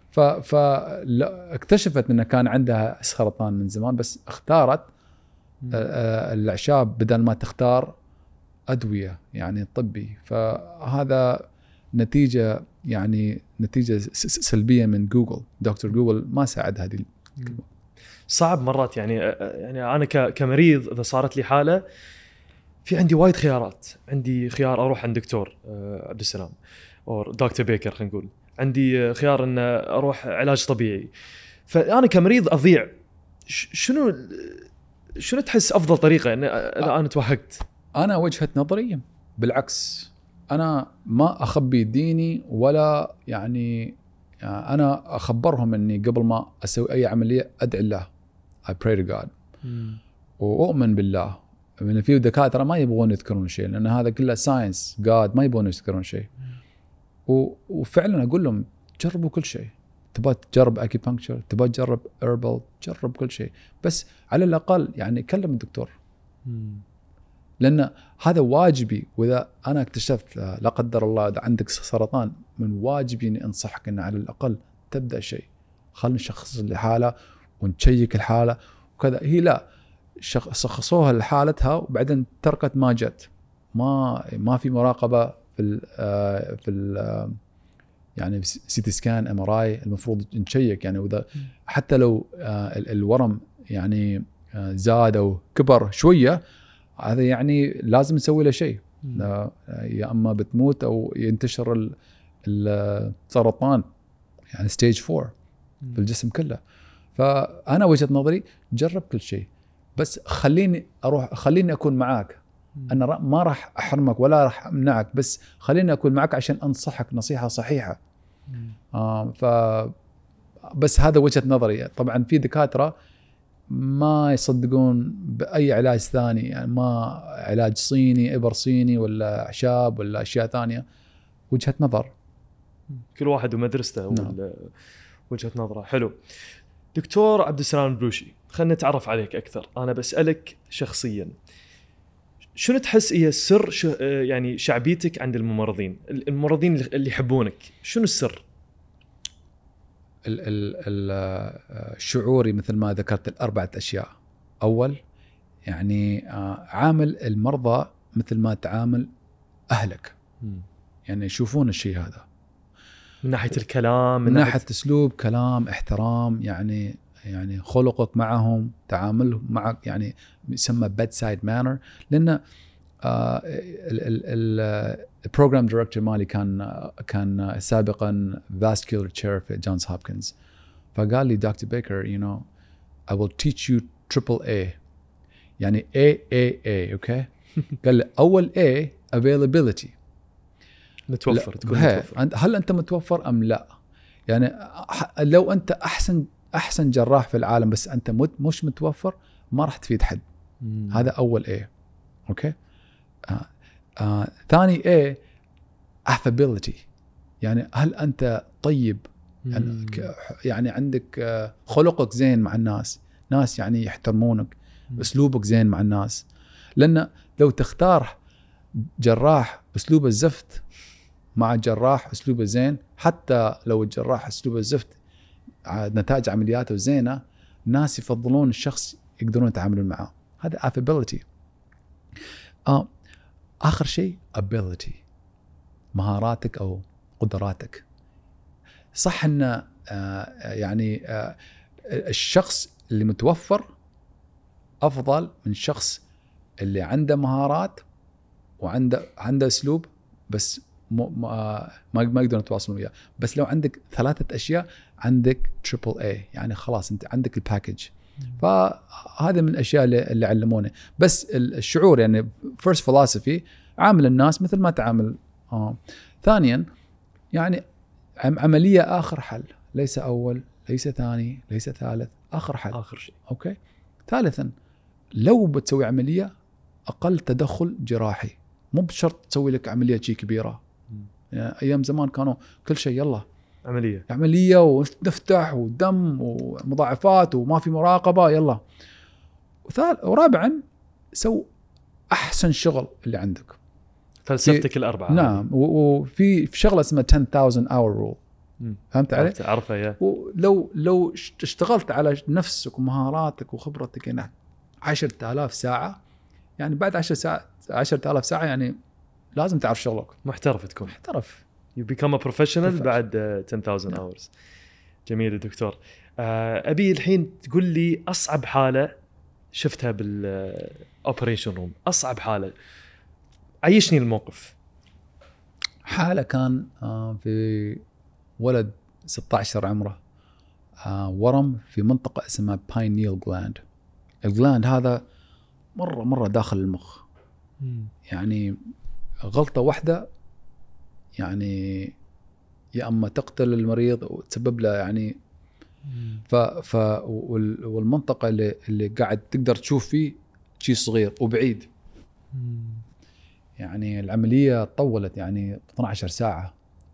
فاكتشفت أنها كان عندها سرطان من زمان بس اختارت الأعشاب بدل ما تختار أدوية يعني طبي. فهذا نتيجة يعني نتيجة سلبية من جوجل. دكتور جوجل ما ساعد هذه. صعب مرات يعني يعني أنا كمريض إذا صارت لي حالة في عندي وايد خيارات. عندي خيار أروح عند دكتور عبد السلام أو دكتور بيكر خلينا نقول. عندي خيار أن أروح علاج طبيعي. فأنا كمريض أضيع. شنو شنو تحس أفضل طريقة إن أنا توهقت؟ أنا وجهة نظري بالعكس أنا ما أخبي ديني ولا يعني, يعني أنا أخبرهم إني قبل ما أسوي أي عملية أدعي الله I pray to God مم. وأؤمن بالله. من في دكاترة ما يبغون يذكرون شيء لأن هذا كله ساينس God ما يبغون يذكرون شيء. وفعلا أقول لهم جربوا كل شيء. تبغى تجرب أكيبانكتشر تبغى تجرب هربال جرب كل شيء بس على الأقل يعني كلم الدكتور مم. لأن هذا واجبي. وإذا أنا اكتشفت لا قدر الله إذا عندك سرطان من واجبي إني أنصحك إن على الأقل تبدأ شيء خلنا نشخص الحالة ونشيك الحالة وكذا. هي لا شخصوها لحالتها وبعدين تركت ما جت ما ما في مراقبة في ال في ال يعني سي تي سكان ام ار اي المفروض نشيك يعني وإذا حتى لو الورم يعني زاد أو كبر شوية هذا يعني لازم نسوي له شيء يا أما بتموت أو ينتشر السرطان يعني ستيج فور في الجسم كله. فأنا وجهة نظري جرب كل شيء بس خليني اروح، خليني اكون معاك. انا ما راح احرمك ولا راح امنعك، بس خليني اكون معك عشان انصحك نصيحه صحيحه. آه ف بس هذا وجهه نظري. طبعا في دكاتره ما يصدقون باي علاج ثاني، يعني ما علاج صيني، ابر صيني ولا اعشاب ولا اشياء ثانيه. وجهه نظر، كل واحد ومدرسته نعم. ووجهه نظره. حلو. دكتور عبد السلام البلوشي، خلنا نتعرف عليك اكثر. انا بسالك شخصيا، شنو تحس هي السر ش... يعني شعبيتك عند الممرضين الممرضين اللي يحبونك؟ شنو السر؟ ال ال ال شعوري مثل ما ذكرت الأربعة أشياء. أول يعني عامل المرضى مثل ما تعامل أهلك، يعني يشوفون الشيء هذا من ناحية الكلام، من, من ناحية أسلوب كلام، احترام، يعني يعني خلقك معهم، تعاملهم معك، يعني يسمى bedside manner. لأن البروجرام دايركتور مالي كان كان سابقا vascular chair في جونز هوبكنز، فقال لي دكتور بيكر you know I will teach you triple A، يعني A A A اوكي. قال لي اول A availability، متوفر، تكون متوفر. هل انت متوفر ام لا؟ يعني لو انت احسن احسن جراح في العالم بس انت مش متوفر ما راح تفيد حد. مم. هذا اول A اوكي. آه. آه. ثاني A affability، يعني هل أنت طيب؟ يعني, يعني عندك آه خلقك زين مع الناس، ناس يعني يحترمونك، مم. أسلوبك زين مع الناس. لأن لو تختار جراح أسلوب الزفت مع جراح أسلوبه زين، حتى لو الجراح أسلوبه الزفت نتائج عملياته زينة، الناس يفضلون الشخص يقدرون يتعاملون معه. هذا affability. آه. آخر شيء ability، مهاراتك أو قدراتك. صح أن آه يعني آه الشخص اللي متوفر أفضل من شخص اللي عنده مهارات وعنده عنده أسلوب بس ما ما يقدرون يتواصلون وياه. بس لو عندك ثلاثة أشياء عندك تريبل اي، يعني خلاص أنت عندك الباكج. فهذا من الأشياء اللي, اللي علموني. بس الشعور يعني first philosophy، عامل الناس مثل ما تعامل. آه. ثانيا يعني عملية آخر حل، ليس أول، ليس ثاني، ليس ثالث، آخر حل، آخر شيء. أوكي. ثالثا لو بتسوي عملية أقل تدخل جراحي، مو بشرط تسوي لك عملية شيء كبيرة. يعني أيام زمان كانوا كل شيء يلا عملية عملية ونفتح ودم ومضاعفات وما في مراقبة يلا. وثالث ورابعا سو أحسن شغل اللي عندك، فلسفتك الأربعة. نعم. وفي في شغلة اسمها ten thousand hour rule، فهمت علي؟ عرفها يا. ولو لو اشتغلت على نفسك ومهاراتك وخبرتك يعني عشرة آلاف ساعة، يعني بعد عشر ساعات عشرة آلاف ساعة يعني لازم تعرف شغلك، محترف تكون، محترف. you become a professional بعد ten thousand hours. جميل يا دكتور. أبي الحين تقول لي أصعب حالة شفتها بالأوبريشن روم، أصعب حالة، عيشني الموقف. حالة كان في ولد ستة عشر عمره، ورم في منطقة اسمها pineal gland. الجلاند هذا مرة مرة داخل المخ، يعني غلطة واحدة يعني يا أما تقتل المريض وتسبب له يعني ف ف والمنطقة اللي اللي قاعد تقدر تشوف فيه شيء صغير وبعيد. يعني العملية طولت يعني اثنتي عشرة ساعة،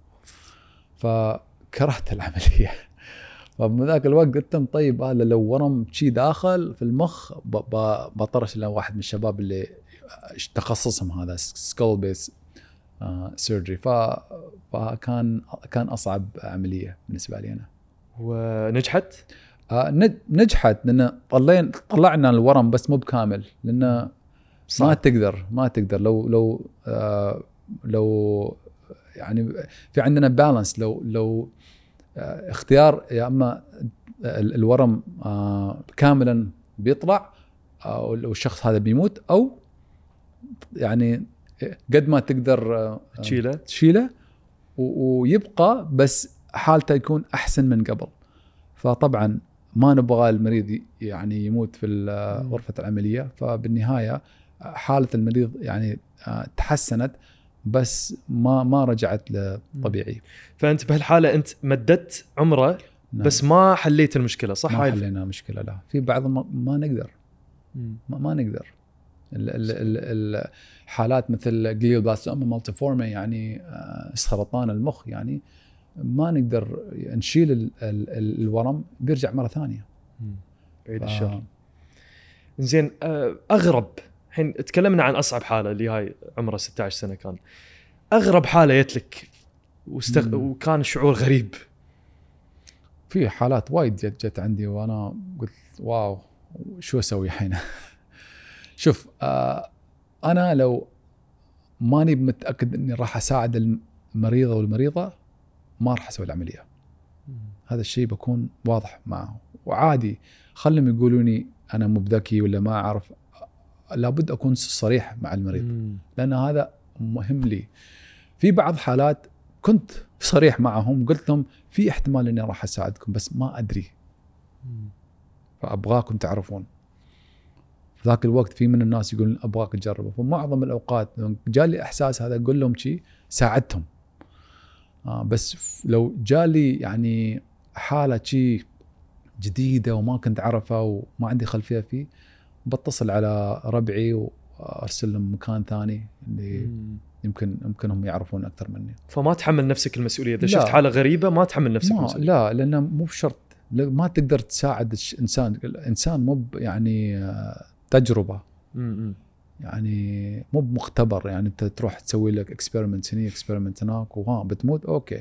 فكرهت العملية. فمن ذاك الوقت قلت طيب هذا لو ورم شيء داخل في المخ بطرش له واحد من الشباب اللي تخصصهم هذا skull base surgery. فكان كان أصعب عملية بالنسبة لي أنا. ونجحت؟ آه نجحت، لأن طلعنا طلعنا الورم بس مو بكامل، لأن ما تقدر ما تقدر لو لو آه لو يعني في عندنا بالانس، لو لو آه اختيار يا اما الورم آه كاملا بيطلع او آه الشخص هذا بيموت، او يعني قد ما تقدر آه تشيله تشيله ويبقى بس حالته يكون احسن من قبل. فطبعا ما نبغى المريض يعني يموت في غرفة العملية. فبالنهاية حالة المريض يعني تحسنت بس ما ما رجعت لطبيعي. فأنت بهالحالة أنت مددت عمره بس ما حليت المشكلة صح؟ ما حلينا مشكلة. لا في بعض ما, ما نقدر ما, ما نقدر الحالات مثل جليوبلاستوما مالتيفورمي يعني سرطان المخ يعني ما نقدر نشيل ال ال الورم بيرجع مرة ثانية. بعيد ف... الشر. زين أغرب الحين تكلمنا عن أصعب حالة اللي هاي عمره ستة عشر سنة كان. أغرب حالة جتلك واستغ... وكان شعور غريب. في حالات وايد جت جت عندي وأنا قلت واو شو أسوي الحين. شوف آه أنا لو ماني متأكد إني راح أساعد المريضة والمريضة ما راح أسوي العملية. هذا الشيء بكون واضح معه وعادي. خلهم يقولوني أنا مو بذكي ولا ما أعرف. لابد أكون صريح مع المريض مم. لأن هذا مهم لي. في بعض حالات كنت صريح معهم قلت لهم في احتمال إني راح أساعدكم بس ما أدري مم. فأبغاكم تعرفون. في ذاك الوقت في من الناس يقولون أبغاك تجربه. فمعظم الأوقات جالي إحساس هذا أقول لهم شيء ساعدتهم. آه بس لو جالي يعني حالة شيء جديدة وما كنت أعرفها وما عندي خلفية فيه بتصل على ربعي وأرسل لهم مكان ثاني اللي مم. يمكن يمكنهم يعرفون أكثر مني. فما تحمل نفسك المسؤولية إذا شفت حالة غريبة ما تحمل نفسك ما المسؤولية. لا لأنه مو بشرط ما تقدر تساعد إنسان. الإنسان مو يعني تجربة مم. يعني مو بمختبر يعني أنت تروح تسوي لك إكسبيرمنت هنا إكسبيرمنت هناك وها بتموت أوكي.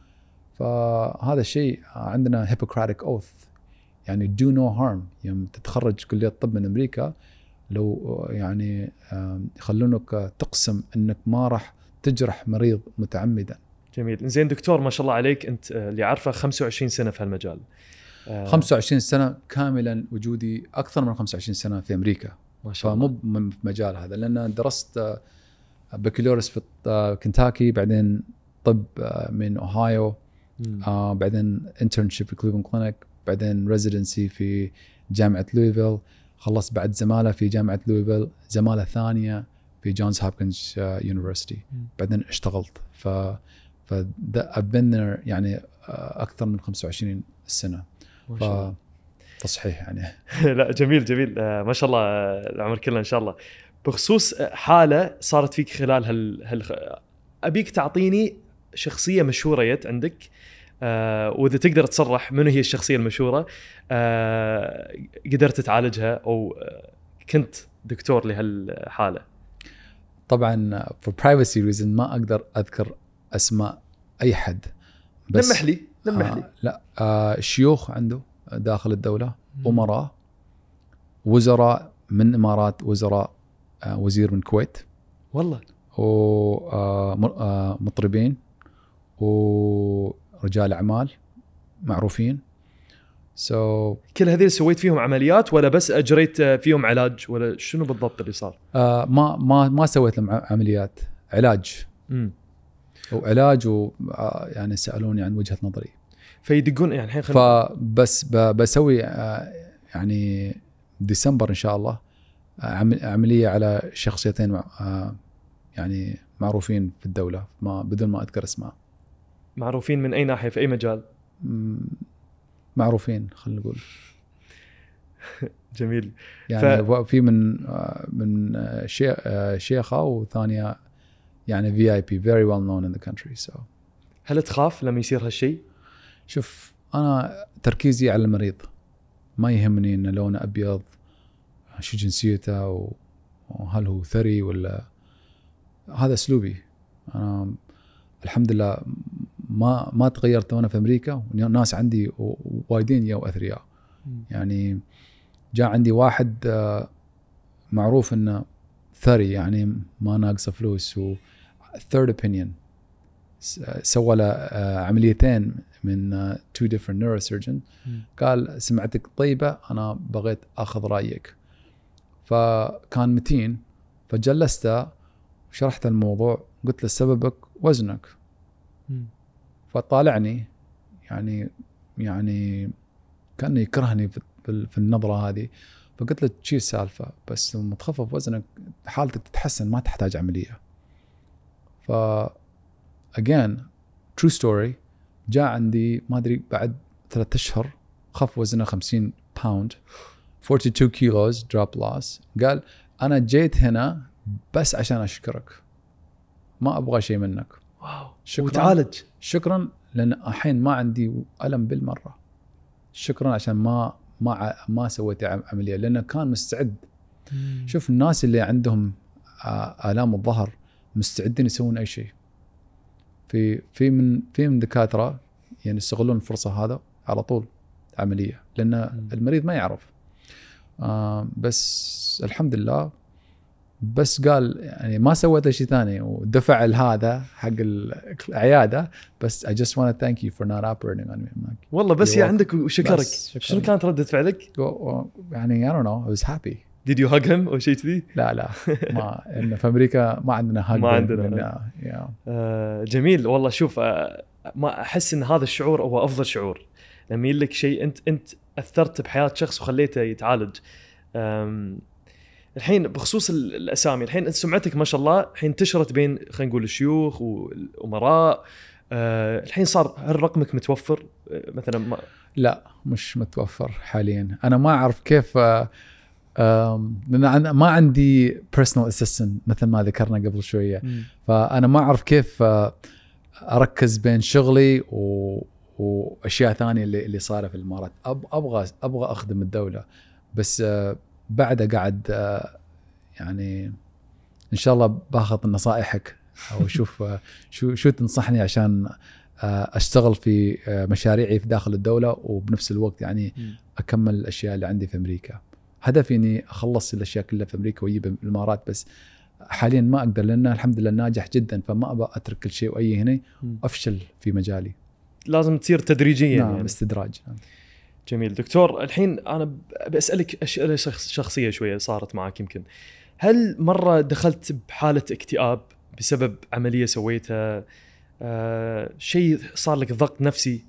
فهذا الشيء عندنا Hippocratic Oath يعني do no harm. يوم تتخرج كلية الطب من أمريكا لو يعني يخلونك تقسم أنك ما راح تجرح مريض متعمدا. جميل. زين دكتور ما شاء الله عليك أنت اللي عارفه خمسة وعشرين سنة في هالمجال. خمسة وعشرين سنة كاملا وجودي أكثر من خمسة وعشرين سنة في أمريكا ما شاء الله. فمو من مجال هذا لأن درست بكالوريوس في كنتاكي بعدين طب من أوهايو آه بعدين internship في كليفلاند كلينيك بعدين ريزيدنسي في جامعة لويفيل. خلصت بعد زمالة في جامعة لويفيل زمالة ثانية في جونز هوبكنز يونيفرسيتي. بعدين اشتغلت ف ف I've been there يعني أكثر من خمسة وعشرين سنة. ف تصحيح يعني. لا جميل جميل ما شاء الله العمر كله إن شاء الله. بخصوص حالة صارت فيك خلال هال, هال... أبيك تعطيني شخصية مشهورة جت عندك آه وإذا تقدر تصرح منو هي الشخصية المشهورة آه قدرت تعالجها أو آه كنت دكتور لهالحالة. طبعا for privacy reason ما أقدر أذكر أسماء أي حد بس لمح لي لمح لي. آه لا آه شيوخ عنده داخل الدولة أمراء وزراء من إمارات وزراء آه وزير من الكويت والله ومطربين ورجال أعمال معروفين. so كل هذول سويت فيهم عمليات ولا بس أجريت فيهم علاج ولا شنو بالضبط اللي صار؟ آه ما ما ما سويت لهم عمليات علاج امم وعلاج و يعني سألوني عن وجهة نظري فيدقون يعني الحين فبس بسوي آه يعني ديسمبر إن شاء الله عملية على شخصيتين آه يعني معروفين في الدولة ما بدون ما أذكر اسماء. معروفين من أي ناحية في أي مجال؟ معروفين خلينا نقول. جميل. يعني ف... في من من شيخة وثانية يعني في آي بي very well known in the country. so هل تخاف لما يصير هالشيء؟ شوف أنا تركيزي على المريض ما يهمني إن لونه أبيض شو جنسيته وهل هو ثري ولا هذا أسلوبي. أنا الحمد لله ما ما تغيرت وانا في امريكا والناس عندي وايدين يا اثرياء. يعني جاء عندي واحد معروف انه ثري يعني ما ناقصه فلوس و third opinion سوى له عمليتين من two different neurosurgeon. قال سمعتك طيبة أنا بغيت أخذ رأيك. فكان متين فجلسته وشرحت الموضوع قلت له سببك وزنك. فطالعني يعني يعني كأنه يكرهني في, في النظرة هذه. فقلت له شي السالفة، بس لما تخفف وزنك حالتك تتحسن ما تحتاج عملية. ف again true story، جاء عندي ما أدري بعد ثلاثة أشهر خف وزنه خمسين باوند اثنين وأربعين كيلوز drop loss. قال أنا جيت هنا بس عشان أشكرك، ما أبغى شيء منك. واو. شكرا وتعالج. شكرا لأن الحين ما عندي ألم بالمرة. شكرا عشان ما ما ما سويت عملية، لأنه كان مستعد. مم. شوف الناس اللي عندهم آلام الظهر مستعدين يسوون أي شيء. في في من في من دكاترة يعني يستغلون الفرصة هذا على طول عملية، لأن مم. المريض ما يعرف. آه بس الحمد لله، بس قال يعني ما سويت شيء ثاني ودفع هذا حق العيادة. بس I just want to thank you for not operating on me. والله بس هي عندك وشكرك. شنو كانت ردة فعلك؟ يعني I don't know, I was happy. Did you hug him أو شيء كذي؟ لا لا ما إن في أمريكا ما عندنا hug. ما عندنا. yeah. آه جميل والله. شوف آه ما أحس إن هذا الشعور هو أفضل شعور لما يلك شيء أنت أنت أثرت بحياة شخص وخليته يتعالج. الحين بخصوص الأسامي، الحين أنت سمعتك ما شاء الله الحين انتشرت بين خلينا نقول الشيوخ والأمراء. أه الحين صار هل رقمك متوفر مثلا؟ ما لا مش متوفر حاليا. أنا ما أعرف كيف، لأن ما عندي personal assistant مثل ما ذكرنا قبل شوية. م. فأنا ما أعرف كيف أركز بين شغلي و وأشياء ثانية اللي اللي صار في الإمارات. أب أبغى أبغى أخدم الدولة، بس بعد قاعد يعني إن شاء الله باخذ نصائحك أو شوف شو شو تنصحني عشان أشتغل في مشاريعي في داخل الدولة، وبنفس الوقت يعني أكمل الأشياء اللي عندي في أمريكا. هدفي إني أخلص الأشياء كلها في أمريكا وأجيب الإمارات، بس حاليا ما أقدر لأن الحمد لله ناجح جدا، فما أبغى أترك كل شيء وأي هنا أفشل في مجالي. لازم تصير تدريجيا. نعم يعني استدراج. جميل دكتور. الحين أنا بسألك أسئلة شخصية شوية صارت معك يمكن. هل مرة دخلت بحالة اكتئاب بسبب عملية سويتها؟ آه شيء صار لك ضغط نفسي؟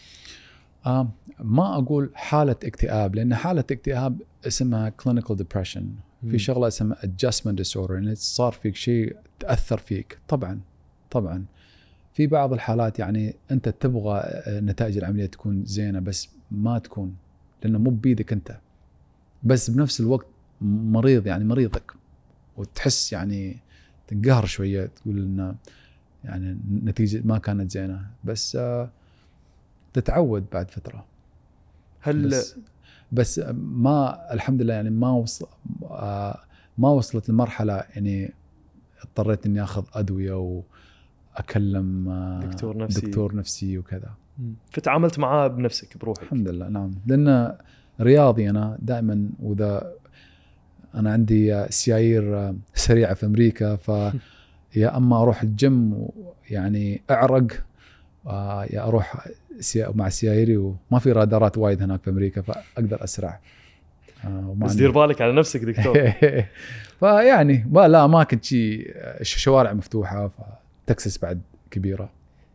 آه ما أقول حالة اكتئاب، لأن حالة اكتئاب اسمها clinical depression. م. في شغلة اسمها adjustment disorder، إن صار فيك شيء تأثر فيك. طبعا طبعا في بعض الحالات يعني أنت تبغى نتائج العملية تكون زينة بس ما تكون، لأنه مو بيدك أنت، بس بنفس الوقت مريض يعني مريضك، وتحس يعني تنقهر شوية تقول إنه يعني النتيجة ما كانت زينة، بس آه تتعود بعد فترة. هل بس, بس ما الحمد لله يعني ما وصل آه ما وصلت لمرحلة يعني اضطريت إني أخذ أدوية وأكلم آه دكتور نفسي دكتور نفسي وكذا. فتعاملت معاه بنفسك بروحك؟ الحمد لله نعم، لأن رياضي أنا دائما، وإذا أنا عندي سيايير سريعة في أمريكا، فيا أما أروح الجيم يعني أعرق، يا أروح مع سياييري وما في رادارات وايد هناك في أمريكا فأقدر أسرع. بس دير بالك على نفسك دكتور. فيعني لا ما كنت شيء شوارع مفتوحة، فتكسس بعد كبيرة.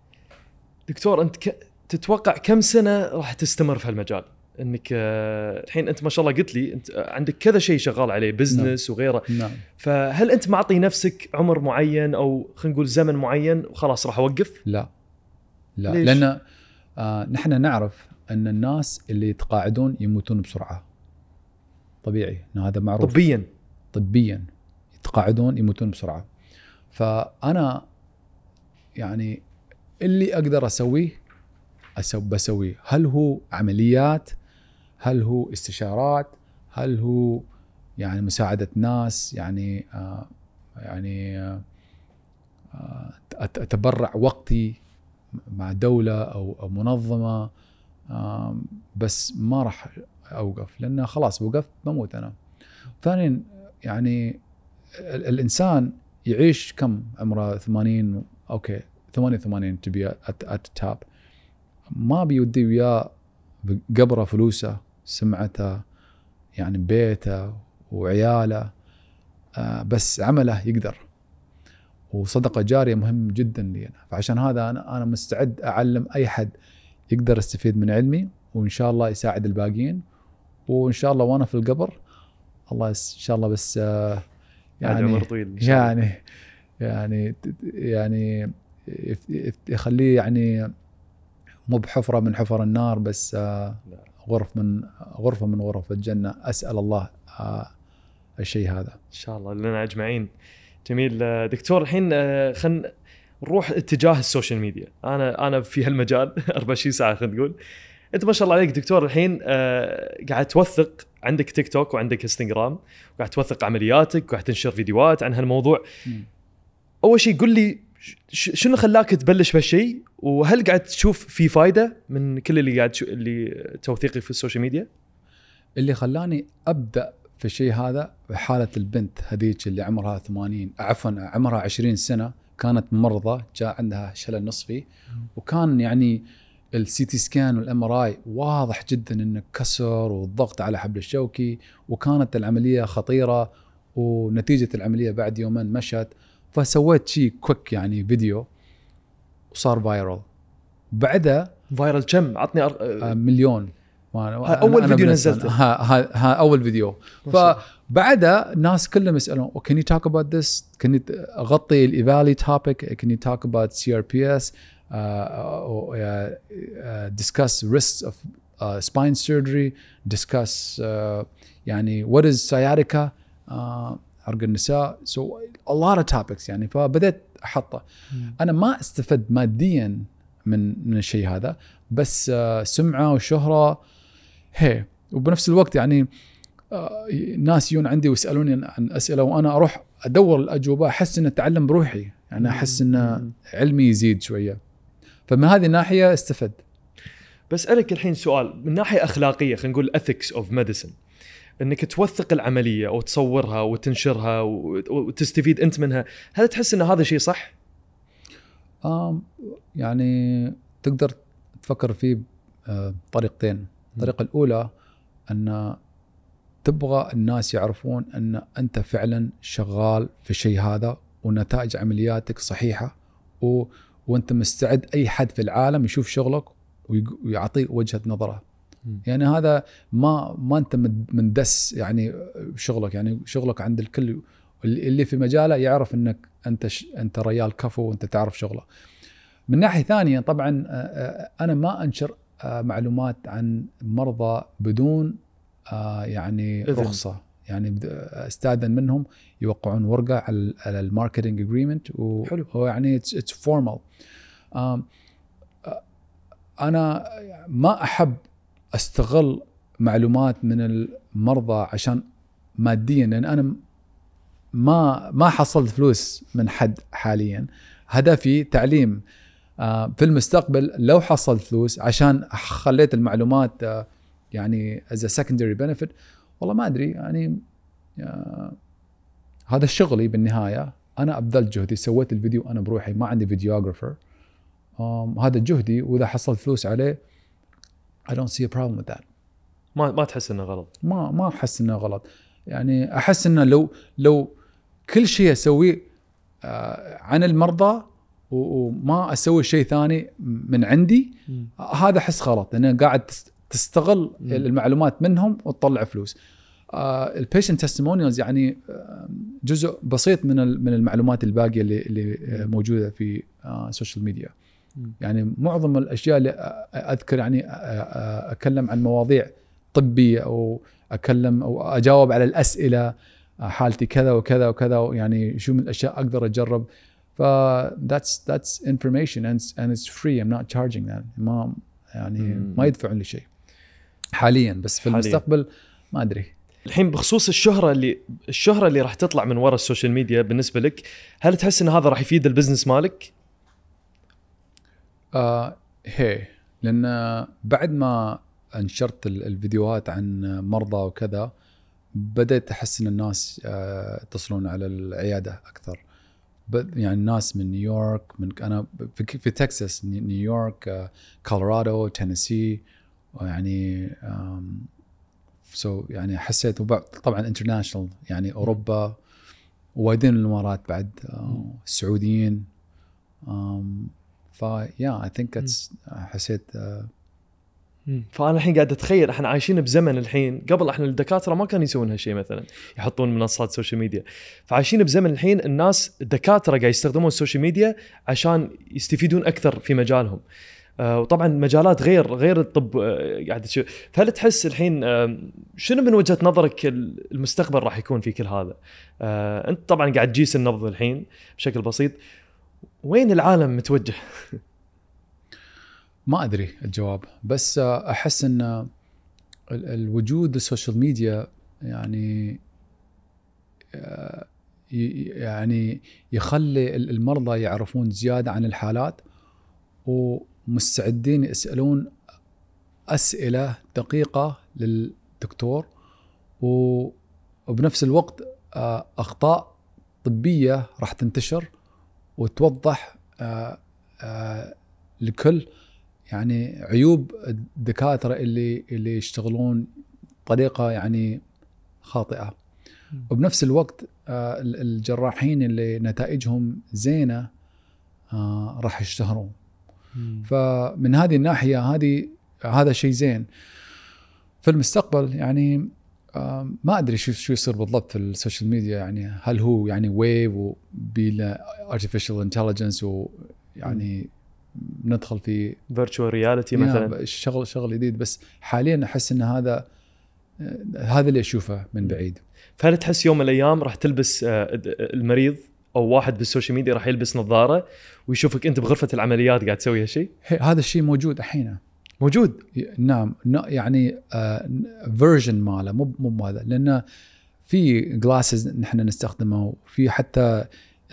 دكتور أنت ك... تتوقع كم سنة راح تستمر في هالمجال؟ انك الحين انت ما شاء الله قلت لي انت عندك كذا شيء شغال عليه، بزنس نعم. وغيره نعم. فهل انت معطي نفسك عمر معين او خلينا نقول زمن معين وخلاص راح اوقف؟ لا لا ليش؟ لان آه نحن نعرف ان الناس اللي يتقاعدون يموتون بسرعه، طبيعي ان هذا معروف طبيا طبيا يتقاعدون يموتون بسرعه. فانا يعني اللي اقدر اسويه أسوي بسوي. هل هو عمليات؟ هل هو استشارات؟ هل هو يعني مساعدة ناس؟ يعني آه يعني آه أتبرع وقتي مع دولة أو, أو منظمة، آه بس ما راح أوقف لأن خلاص وقفت بموت أنا. ثانيا يعني الإنسان يعيش كم عمره؟ ثمانين أوكي ثمانية وثمانين تبي at the top، ما بيودي وياه قبره فلوسه سمعته يعني بيته وعياله، آه بس عمله يقدر، وصدقة جارية مهم جدا لي أنا. فعشان هذا أنا أنا مستعد أعلم أي حد يقدر يستفيد من علمي وان شاء الله يساعد الباقيين، وان شاء الله وانا في القبر الله ان شاء الله بس آه يعني عمر طويل إن شاء الله. يعني يعني يعني يخليه يعني مو بحفرة من حفر النار بس آه غرف من غرفة من غرف الجنة. أسأل الله آه الشيء هذا إن شاء الله لنا أجمعين. جميل. دكتور الحين خلينا نروح اتجاه السوشيال ميديا. أنا أنا في هالمجال أربعة وعشرين ساعة خلينا نقول. أنت ما شاء الله عليك دكتور الحين قاعد توثق، عندك تيك توك وعندك انستغرام، وقاعد توثق عملياتك وقاعد تنشر فيديوهات عن هالموضوع. م. أول شيء قل لي شنو خلاك تبلش بهالشيء، وهل قاعد تشوف في فايدة من كل اللي قاعد اللي توثيقي في السوشيال ميديا؟ اللي خلاني أبدأ في الشيء هذا حالة البنت هذيك اللي عمرها ثمانين عفوا عمرها عشرين سنة، كانت مرضى، جاء عندها شلل نصفي، وكان يعني السي تي سكان والام ار اي واضح جدا انه كسر والضغط على حبل الشوكي، وكانت العملية خطيرة، ونتيجة العملية بعد يومين مشت. فسويت شيء كويك يعني فيديو وصار فايرال. بعدها فايرال كم؟ عطني أر... آه مليون. اول فيديو نزلته ها, ها, ها اول فيديو. فبعدها الناس كلهم يسالون can you talk about this, can you اغطي الايفالي topic, can you talk about سي آر بي إس, uh, uh, uh, discuss risks of uh, spine surgery, discuss uh, يعني what is sciatica, uh, عرق النساء, so a lot of topics يعني. فبدأت احطه. انا ما استفدت ماديا من من الشيء هذا، بس uh, سمعه وشهره هي. وبنفس الوقت يعني آه ناس يجون عندي ويسألوني عن أسئلة، وأنا أروح أدور الأجوبة، أحس إن أتعلم بروحي يعني، أحس إن علمي يزيد شوية. فمن هذه الناحية استفد. بسألك الحين سؤال من ناحية أخلاقية، خلينا نقول ethics of medicine، إنك توثق العملية وتصورها وتنشرها وتستفيد أنت منها، هل تحس إن هذا شيء صح؟ آه يعني تقدر تفكر فيه آه طريقتين. الطريقة الأولى أن تبغى الناس يعرفون أن أنت فعلا شغال في الشيء هذا، ونتائج عملياتك صحيحة، و... وأنت مستعد أي حد في العالم يشوف شغلك ويعطيك وجهة نظره. م. يعني هذا ما ما أنت مندس يعني شغلك، يعني شغلك عند الكل، اللي في مجاله يعرف أنك أنت ش... أنت ريال كفو وأنت تعرف شغله. من ناحية ثانية طبعا أنا ما أنشر معلومات عن مرضى بدون آه يعني إذن. رخصة، يعني استاذن منهم يوقعون ورقة على الماركتينج اجريمنت، ويعني اتس فورمال. انا ما احب استغل معلومات من المرضى عشان ماديا، لان انا ما ما حصلت فلوس من حد حاليا. هدفي تعليم. آه في المستقبل لو حصل فلوس عشان خليت المعلومات آه يعني as a secondary benefit، والله ما أدري يعني. آه هذا شغلي بالنهاية، أنا أبذلت جهدي، سويت الفيديو أنا بروحي، ما عندي فيديوغرافر. آه هذا جهدي، وإذا حصلت فلوس عليه I don't see a problem with that. ما ما تحس إنه غلط؟ ما ما أحس إنه غلط. يعني أحس إنه لو لو كل شيء أسويه آه عن المرضى وما أسوي شيء ثاني من عندي، م. هذا حس غلط، لأنه قاعد تستغل م. المعلومات منهم وتطلع فلوس. البيشنت تستيمونيالز يعني جزء بسيط من من المعلومات الباقية اللي اللي م. موجودة في السوشيال ميديا. م. يعني معظم الأشياء اللي أذكر يعني أتكلم عن مواضيع طبية، أو أتكلم أو أجاوب على الأسئلة، حالتي كذا وكذا وكذا، يعني شو من الأشياء أقدر أجرب. ف that's that's information and and it's free. I'm not charging that. ما يعني مم. ما يدفعون لي شيء حاليا، بس في حالياً. المستقبل ما أدري. الحين بخصوص الشهرة اللي الشهرة اللي راح تطلع من وراء السوشيال ميديا بالنسبة لك، هل تحس إن هذا راح يفيد البزنس مالك؟ آه هي لأن بعد ما انشرت الفيديوهات عن مرضى وكذا، بدأت أحس إن الناس آه يتصلون على العيادة أكثر. يعني الناس من نيويورك، من أنا في, في تكساس، نيويورك، كولورادو، تينيسي، يعني سو so يعني حسيت. طبعا انترناشنال يعني أوروبا، وبعدين الإمارات بعد، السعوديين. فا yeah I think it's حسيت فانا الحين قاعد اتخيل احنا عايشين بزمن الحين، قبل احنا الدكاتره ما كانوا يسوون هالشيء، مثلا يحطون منصات سوشيال ميديا. فعايشين بزمن الحين الناس الدكاتره قاعد يستخدمون السوشيال ميديا عشان يستفيدون اكثر في مجالهم. آه وطبعا مجالات غير غير الطب آه قاعد تشوف. فهل تحس الحين آه شنو من وجهه نظرك المستقبل راح يكون في كل هذا؟ آه انت طبعا قاعد تجيس النبض الحين بشكل بسيط، وين العالم متوجه؟ ما أدري الجواب، بس أحس أن الوجود السوشيال ميديا يعني يعني يخلي المرضى يعرفون زيادة عن الحالات، ومستعدين يسألون أسئلة دقيقة للدكتور، وبنفس الوقت أخطاء طبية راح تنتشر وتوضح لكل يعني عيوب الدكاترة اللي اللي يشتغلون طريقة يعني خاطئة. وبنفس الوقت الجراحين اللي نتائجهم زينة راح يشتهرون. فمن هذه الناحية هذه هذا شيء زين. في المستقبل يعني ما أدري شو شو يصير بالضبط في السوشيال ميديا، يعني هل هو يعني ويف وبيلا artificial intelligence ويعني ندخل في virtual reality مثلا، شغل شغل جديد. بس حاليا أحس إن هذا هذا اللي أشوفه من بعيد. فهل تحس يوم من الأيام راح تلبس المريض أو واحد بالسوشيال ميديا راح يلبس نظارة ويشوفك أنت بغرفة العمليات قاعد تسوي هالشيء؟ هذا الشيء موجود الحين. موجود؟ نعم، يعني فيرجن ماله مو مو هذا، لأن في جلاسز نحن نستخدمه، في حتى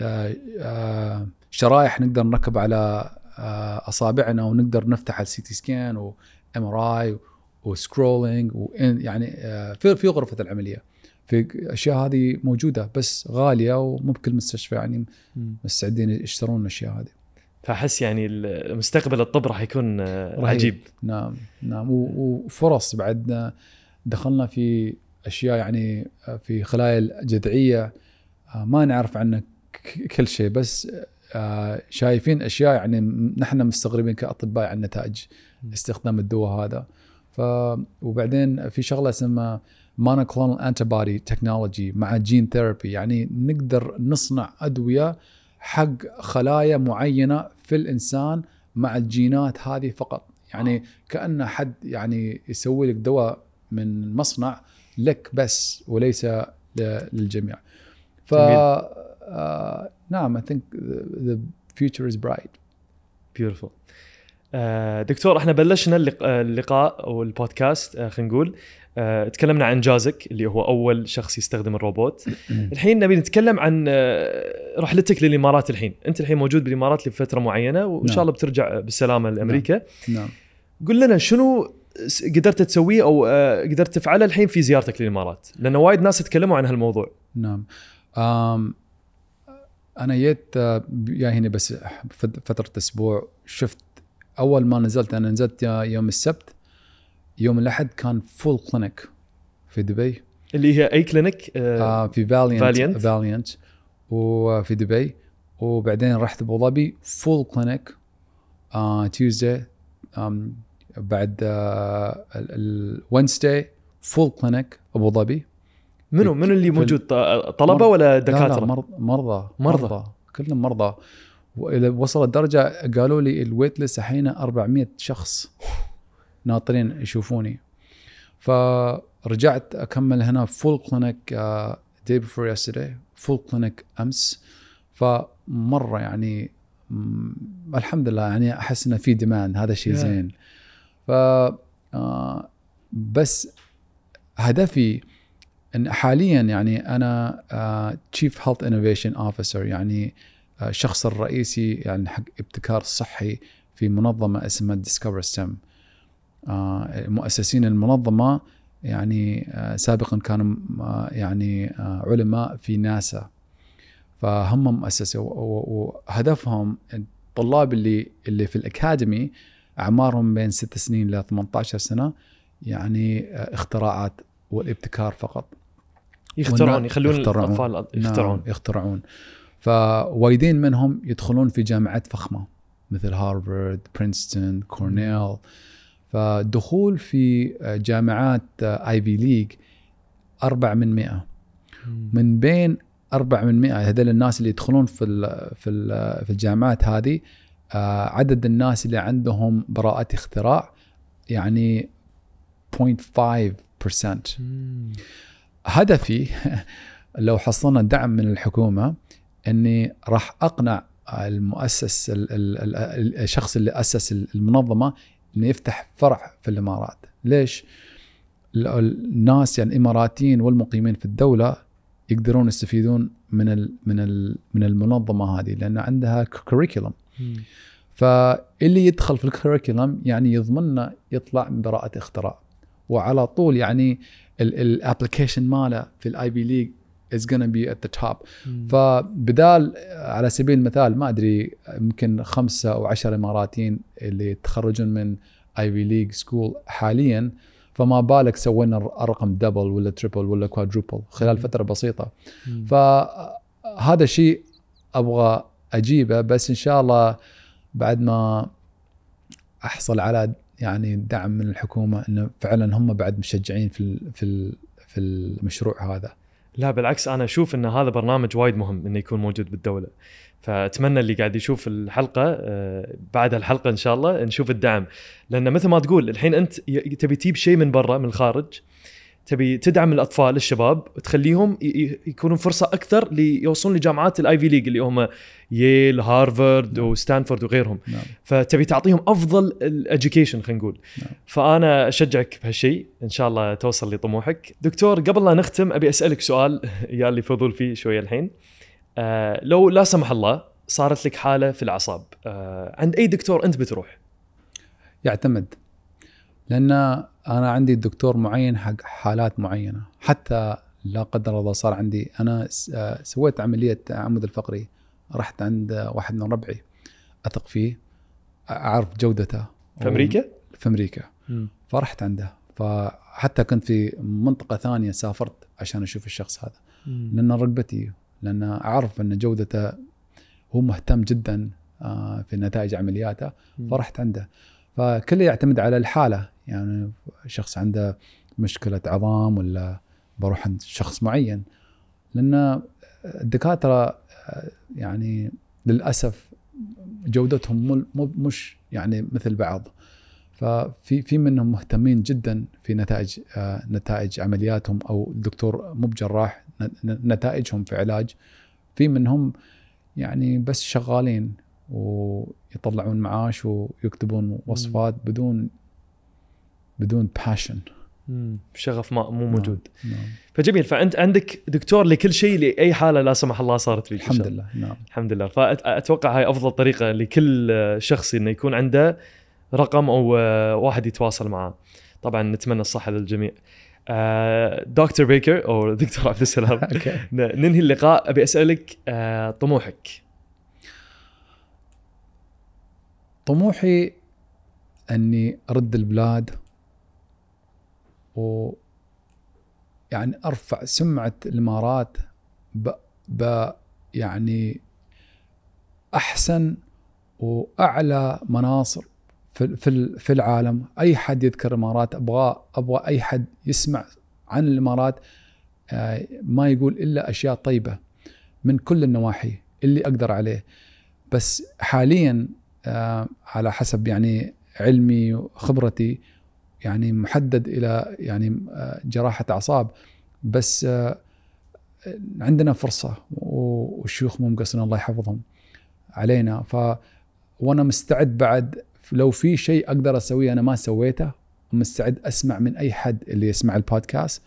شرايح نقدر نركب على أصابعنا ونقدر نفتح السي تي سكان و إم آر آي وسكرولينج، ويعني في في غرفة العملية في أشياء هذه موجودة بس غالية ومو بكل مستشفى يعني مستعدين يشترون الأشياء هذه. فأحس يعني المستقبل الطب راح يكون عجيب. نعم نعم، وفرص بعد دخلنا في أشياء يعني في خلايا جذعية ما نعرف عنها كل شيء، بس شايفين أشياء يعني نحن مستغربين كأطباء عن نتائج استخدام الدواء هذا. ف وبعدين في شغلة اسمها monoclonal antibody technology مع جين ثيرابي، يعني نقدر نصنع أدوية حق خلايا معينة في الإنسان مع الجينات هذه فقط، يعني كأن حد يعني يسوي لك دواء من مصنع لك بس وليس للجميع. ف uh, نعم I think the future is bright. Beautiful. uh, دكتور احنا بلشنا اللقاء او البودكاست uh, خلينا نقول uh, تكلمنا عن جازك اللي هو اول شخص يستخدم الروبوت. الحين نبي نتكلم عن uh, رحلتك للامارات. الحين انت الحين موجود بالامارات لفتره معينه وان شاء الله بترجع بالسلامه لامريكا. نعم. قل لنا شنو قدرت تسويه او uh, قدرت تفعله الحين في زيارتك للامارات، لان وايد ناس تكلموا عن هالموضوع. نعم. um... أنا جيت يا هنا بس فترة أسبوع. شفت أول ما نزلت، أنا نزلت يوم السبت، يوم الأحد كان فول كلينيك في دبي، اللي هي أي كلينيك آه في فاليانت فاليانت وفي دبي. وبعدين رحت أبو ظبي فول كلينيك آه تيوزداي، بعد آه الوينزداي فول كلينيك أبو ظبي. منو منو اللي موجود؟ طلبة ولا دكاترة؟ لا لا مرضى مرضى مرضى كلهم مرضى. وإذا وصلت درجة قالوا لي الويت ليست الحين أربعمية شخص ناطرين يشوفوني. فرجعت أكمل هنا فول كلينيك day before yesterday، فول كلينيك أمس. فمرة يعني الحمد لله يعني أحس إنه في ديماند، هذا شيء زين. ف بس هدفي إن حالياً يعني أنا uh, Chief Health Innovation Officer، يعني الشخص uh, الرئيسي يعني حق ابتكار الصحي في منظمة اسمها Discover STEM. uh, مؤسسين المنظمة يعني uh, سابقاً كانوا uh, يعني uh, علماء في ناسا، فهم مؤسسة وهدفهم الطلاب اللي اللي في الأكاديمي أعمارهم بين ست سنين ل ثمانية عشر سنة، يعني uh, اختراعات والابتكار فقط يخترعون، يخلون الأطفال يخترعون. نعم يخترعون. فوايدين منهم يدخلون في جامعات فخمة مثل هارفارد، برينستون، كورنيل. فالدخول في جامعات اي في ليج أربعة من مئة. من بين أربعة من مئة هذول الناس اللي يدخلون في ال في ال في الجامعات هذه، عدد الناس اللي عندهم براءة اختراع يعني صفر فاصلة خمسة بالمئة. هدفي لو حصلنا دعم من الحكومة أني راح أقنع المؤسس الشخص اللي أسس المنظمة أنه يفتح فرع في الإمارات. ليش؟ الناس يعني الإماراتيين والمقيمين في الدولة يقدرون يستفيدون من ال من ال من المنظمة هذه، لأن عندها كوريكولم. فاللي يدخل في الكوريكولم يعني يضمننا يطلع من براءة اختراع، وعلى طول يعني الابلكيشن ماله في الاي بي ليج is gonna be at the top. فبدال على سبيل المثال ما ادري يمكن خمسة او عشرة اماراتيين اللي يتخرجون من اي بي ليج سكول حاليا، فما بالك سوينا الرقم دبل ولا تريبل ولا كوادروبل خلال فترة بسيطة. فهذا شيء ابغى اجيبه، بس ان شاء الله بعد ما احصل على يعني دعم من الحكومة انه فعلا هم بعد مشجعين في في في المشروع هذا. لا بالعكس، انا اشوف ان هذا برنامج وايد مهم انه يكون موجود بالدولة، فاتمنى اللي قاعد يشوف الحلقة بعد الحلقة ان شاء الله نشوف الدعم، لان مثل ما تقول الحين انت تبي تجيب شيء من برا من الخارج، تبي تدعم الاطفال الشباب وتخليهم يكونوا فرصه اكثر ليوصلون لجامعات الاي في ليج اللي هم ييل هارفارد نعم. وستانفورد وغيرهم نعم. فتبي تعطيهم افضل الاديوكيشن خلينا نقول نعم. فانا اشجعك بهالشيء، ان شاء الله توصل لطموحك. دكتور قبل لا نختم ابي اسالك سؤال يا اللي فضول فيه شويه الحين. آه لو لا سمح الله صارت لك حاله في الاعصاب، آه عند اي دكتور انت بتروح؟ يعتمد، لأن أنا عندي دكتور معين حق حالات معينة. حتى لا قدر الله صار عندي أنا سويت عملية عمود الفقري، رحت عند واحد من ربعي أثق فيه، أعرف جودته في أمريكا؟ في أمريكا م. فرحت عنده. فحتى كنت في منطقة ثانية سافرت عشان أشوف الشخص هذا م. لأن رغبتي، لأن أعرف أن جودته هو مهتم جدا في نتائج عملياته م. فرحت عنده. فكله يعتمد على الحالة، يعني شخص عنده مشكلة عظام ولا بروح عند شخص معين، لأن الدكاترة يعني للأسف جودتهم مش يعني مثل بعض. ففي في منهم مهتمين جدا في نتائج نتائج عملياتهم، أو الدكتور مو بجراح نتائجهم في علاج. في منهم يعني بس شغالين ويطلعون معاش ويكتبون وصفات مم. بدون بدون passion، شغف ما مو موجود. نعم. نعم. فجميل، فأنت عندك دكتور لكل شيء، لأي حالة لا سمح الله صارت فيك. الحمد لله. نعم. الحمد لله. فأتوقع هاي أفضل طريقة لكل شخص إنه يكون عنده رقم أو واحد يتواصل معه. طبعا نتمنى الصحة للجميع. دكتور بيكر أو دكتور عبد السلام ننهي اللقاء. أبي أسألك طموحك. طموحي أني أرد البلاد و يعني أرفع سمعة الإمارات ب... ب يعني أحسن وأعلى مناصر في في في العالم. أي حد يذكر الإمارات أبغى أبغى أي حد يسمع عن الإمارات ما يقول إلا أشياء طيبة من كل النواحي اللي أقدر عليه. بس حاليا على حسب يعني علمي وخبرتي يعني محدد إلى يعني جراحة أعصاب، بس عندنا فرصة والشيوخ مو مقصرين الله يحفظهم علينا. ف وأنا مستعد بعد لو في شيء أقدر أسويه أنا ما سويته، ومستعد أسمع من أي حد اللي يسمع البودكاست.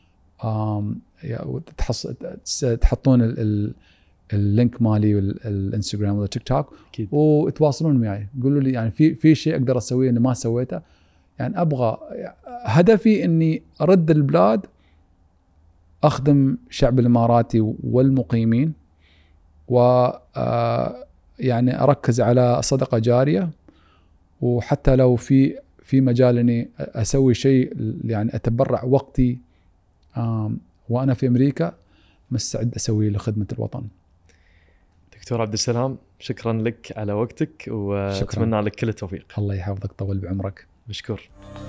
تحطون ال اللينك مالي والانستغرام ولا تيك توك وتواصلون معي، قولوا لي يعني في في شيء اقدر اسويه انا ما سويته. يعني ابغى هدفي اني ارد البلاد، اخدم الشعب الاماراتي والمقيمين، و يعني اركز على صدقه جاريه. وحتى لو في في مجال اني اسوي شيء يعني اتبرع وقتي وانا في امريكا، مستعد اسويه لخدمه الوطن. دكتور عبد السلام شكرا لك على وقتك، واتمنى لك كل التوفيق. الله يحفظك، طول بعمرك. مشكور.